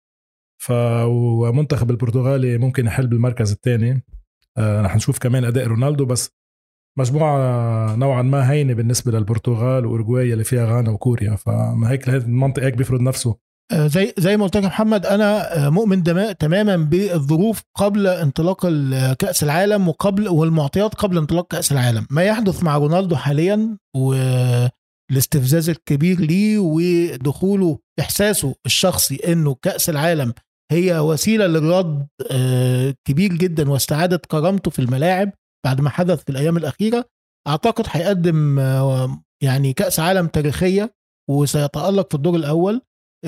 [SPEAKER 3] ومنتخب البرتغالي ممكن يحل بالمركز الثاني. رح نشوف كمان أداء رونالدو، بس مجموعة نوعا ما هينة بالنسبة للبرتغال وأوروغواي اللي فيها غانا وكوريا. فما هيك المنطقة هيك بيفرض نفسه.
[SPEAKER 4] زي ما قلت لك محمد، أنا مؤمن تماما بالظروف قبل انطلاق كأس العالم والمعطيات قبل انطلاق كأس العالم. ما يحدث مع رونالدو حاليا والاستفزاز الكبير ليه ودخوله، إحساسه الشخصي أنه كأس العالم هي وسيلة للرد كبير جدا واستعادة كرامته في الملاعب بعد ما حدث في الأيام الأخيرة. أعتقد هيقدم يعني كأس عالم تاريخية وسيتألق في الدور الأول.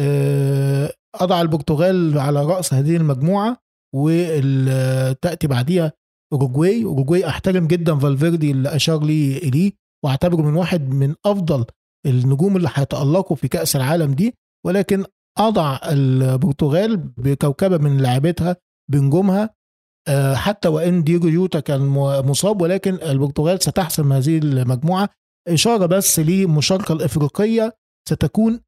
[SPEAKER 4] أضع البرتغال على رأس هذه المجموعة، وتأتي بعديها أوروغواي. أحترم جدا فالفيردي اللي أشار لي إليه، وأعتبره من واحد من أفضل النجوم اللي هيتألقوا في كأس العالم دي، ولكن أضع البرتغال بكوكبة من لاعبتها بنجومها، حتى وإن دييغو يوتا كان مصاب، ولكن البرتغال ستحسم هذه المجموعة. إشارة بس للمشاركة الإفريقية ستكون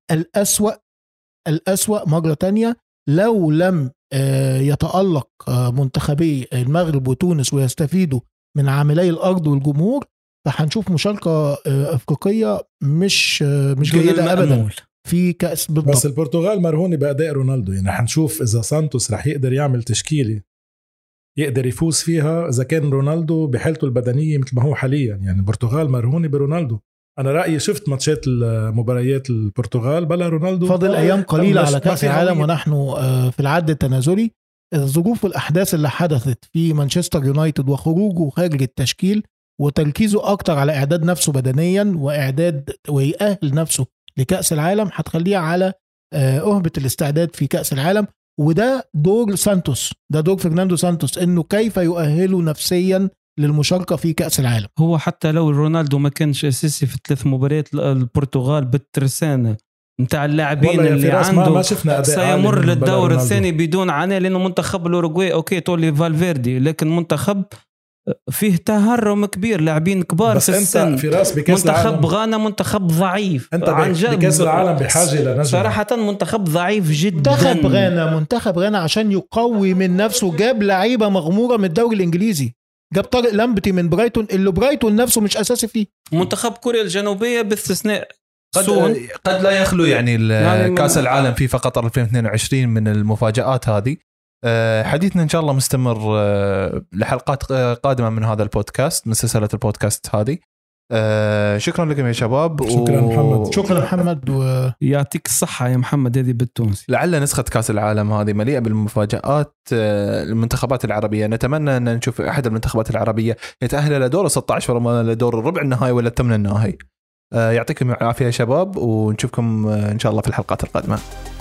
[SPEAKER 4] الأسوأ مرة تانية لو لم يتألق منتخبي المغرب وتونس ويستفيدوا من عاملي الأرض والجمهور، فهنشوف مشاركة أفريقية مش جيدة أبدا في كأس بالضبط.
[SPEAKER 3] بس البرتغال مرهونة بأداء رونالدو، يعني هنشوف إذا سانتوس رح يقدر يعمل تشكيلة يقدر يفوز فيها إذا كان رونالدو بحالته البدنية مثل ما هو حاليا. يعني البرتغال مرهونة برونالدو. أنا رأيي شفت ماتشات المباريات البرتغال بلا رونالدو،
[SPEAKER 4] فاضل أيام قليلة على كأس العالم ونحن في العد التنازلي. الظروف والأحداث اللي حدثت في مانشستر يونايتد وخروجه خارج التشكيل وتركيزه أكتر على إعداد نفسه بدنيا ويأهل نفسه لكأس العالم هتخليه على أهبة الاستعداد في كأس العالم. وده دور سانتوس، ده دور فرناندو سانتوس، إنه كيف يؤهله نفسيا للمشاركة في كأس العالم.
[SPEAKER 2] هو حتى لو رونالدو ما كانش أساسي في 3 مباريات البرتغال بالترسانة متاع اللاعبين اللي عنده سيمر للدور الثاني بدون عناء، لأنه منتخب الأوروغواي أوكي تولي فالفيردي، لكن منتخب فيه تهرم كبير، لاعبين كبار
[SPEAKER 3] بس
[SPEAKER 2] في
[SPEAKER 3] انت
[SPEAKER 2] السن.
[SPEAKER 3] في راس بكاس
[SPEAKER 2] منتخب
[SPEAKER 3] العالم
[SPEAKER 2] غانا منتخب ضعيف،
[SPEAKER 3] انت
[SPEAKER 2] عن جد
[SPEAKER 3] بكاس العالم بحاجه لنجم
[SPEAKER 2] صراحه منتخب ضعيف جدا.
[SPEAKER 4] منتخب غانا عشان يقوي من نفسه جاب لعيبه مغموره من الدوري الانجليزي، جاب طارق لامبتي من برايتون اللي برايتون نفسه مش اساسي فيه.
[SPEAKER 2] منتخب كوريا الجنوبيه باستثناء
[SPEAKER 1] قد لا يخلو يعني كاس العالم فيفا قطر 2022 من المفاجآت هذه. حديثنا إن شاء الله مستمر لحلقات قادمة من هذا البودكاست، من سلسلة البودكاست هذه. شكرا لكم يا شباب.
[SPEAKER 3] شكرا محمد.
[SPEAKER 4] شكرا محمد
[SPEAKER 2] يعطيك الصحة يا محمد. هذه بالتونسي.
[SPEAKER 1] لعل نسخة كاس العالم هذه مليئة بالمفاجآت. المنتخبات العربية نتمنى أن نشوف أحد المنتخبات العربية يتأهل لدور 16 ولا لدور الربع النهائي ولا الثمن النهائي. يعطيكم العافية يا شباب، ونشوفكم إن شاء الله في الحلقات القادمة.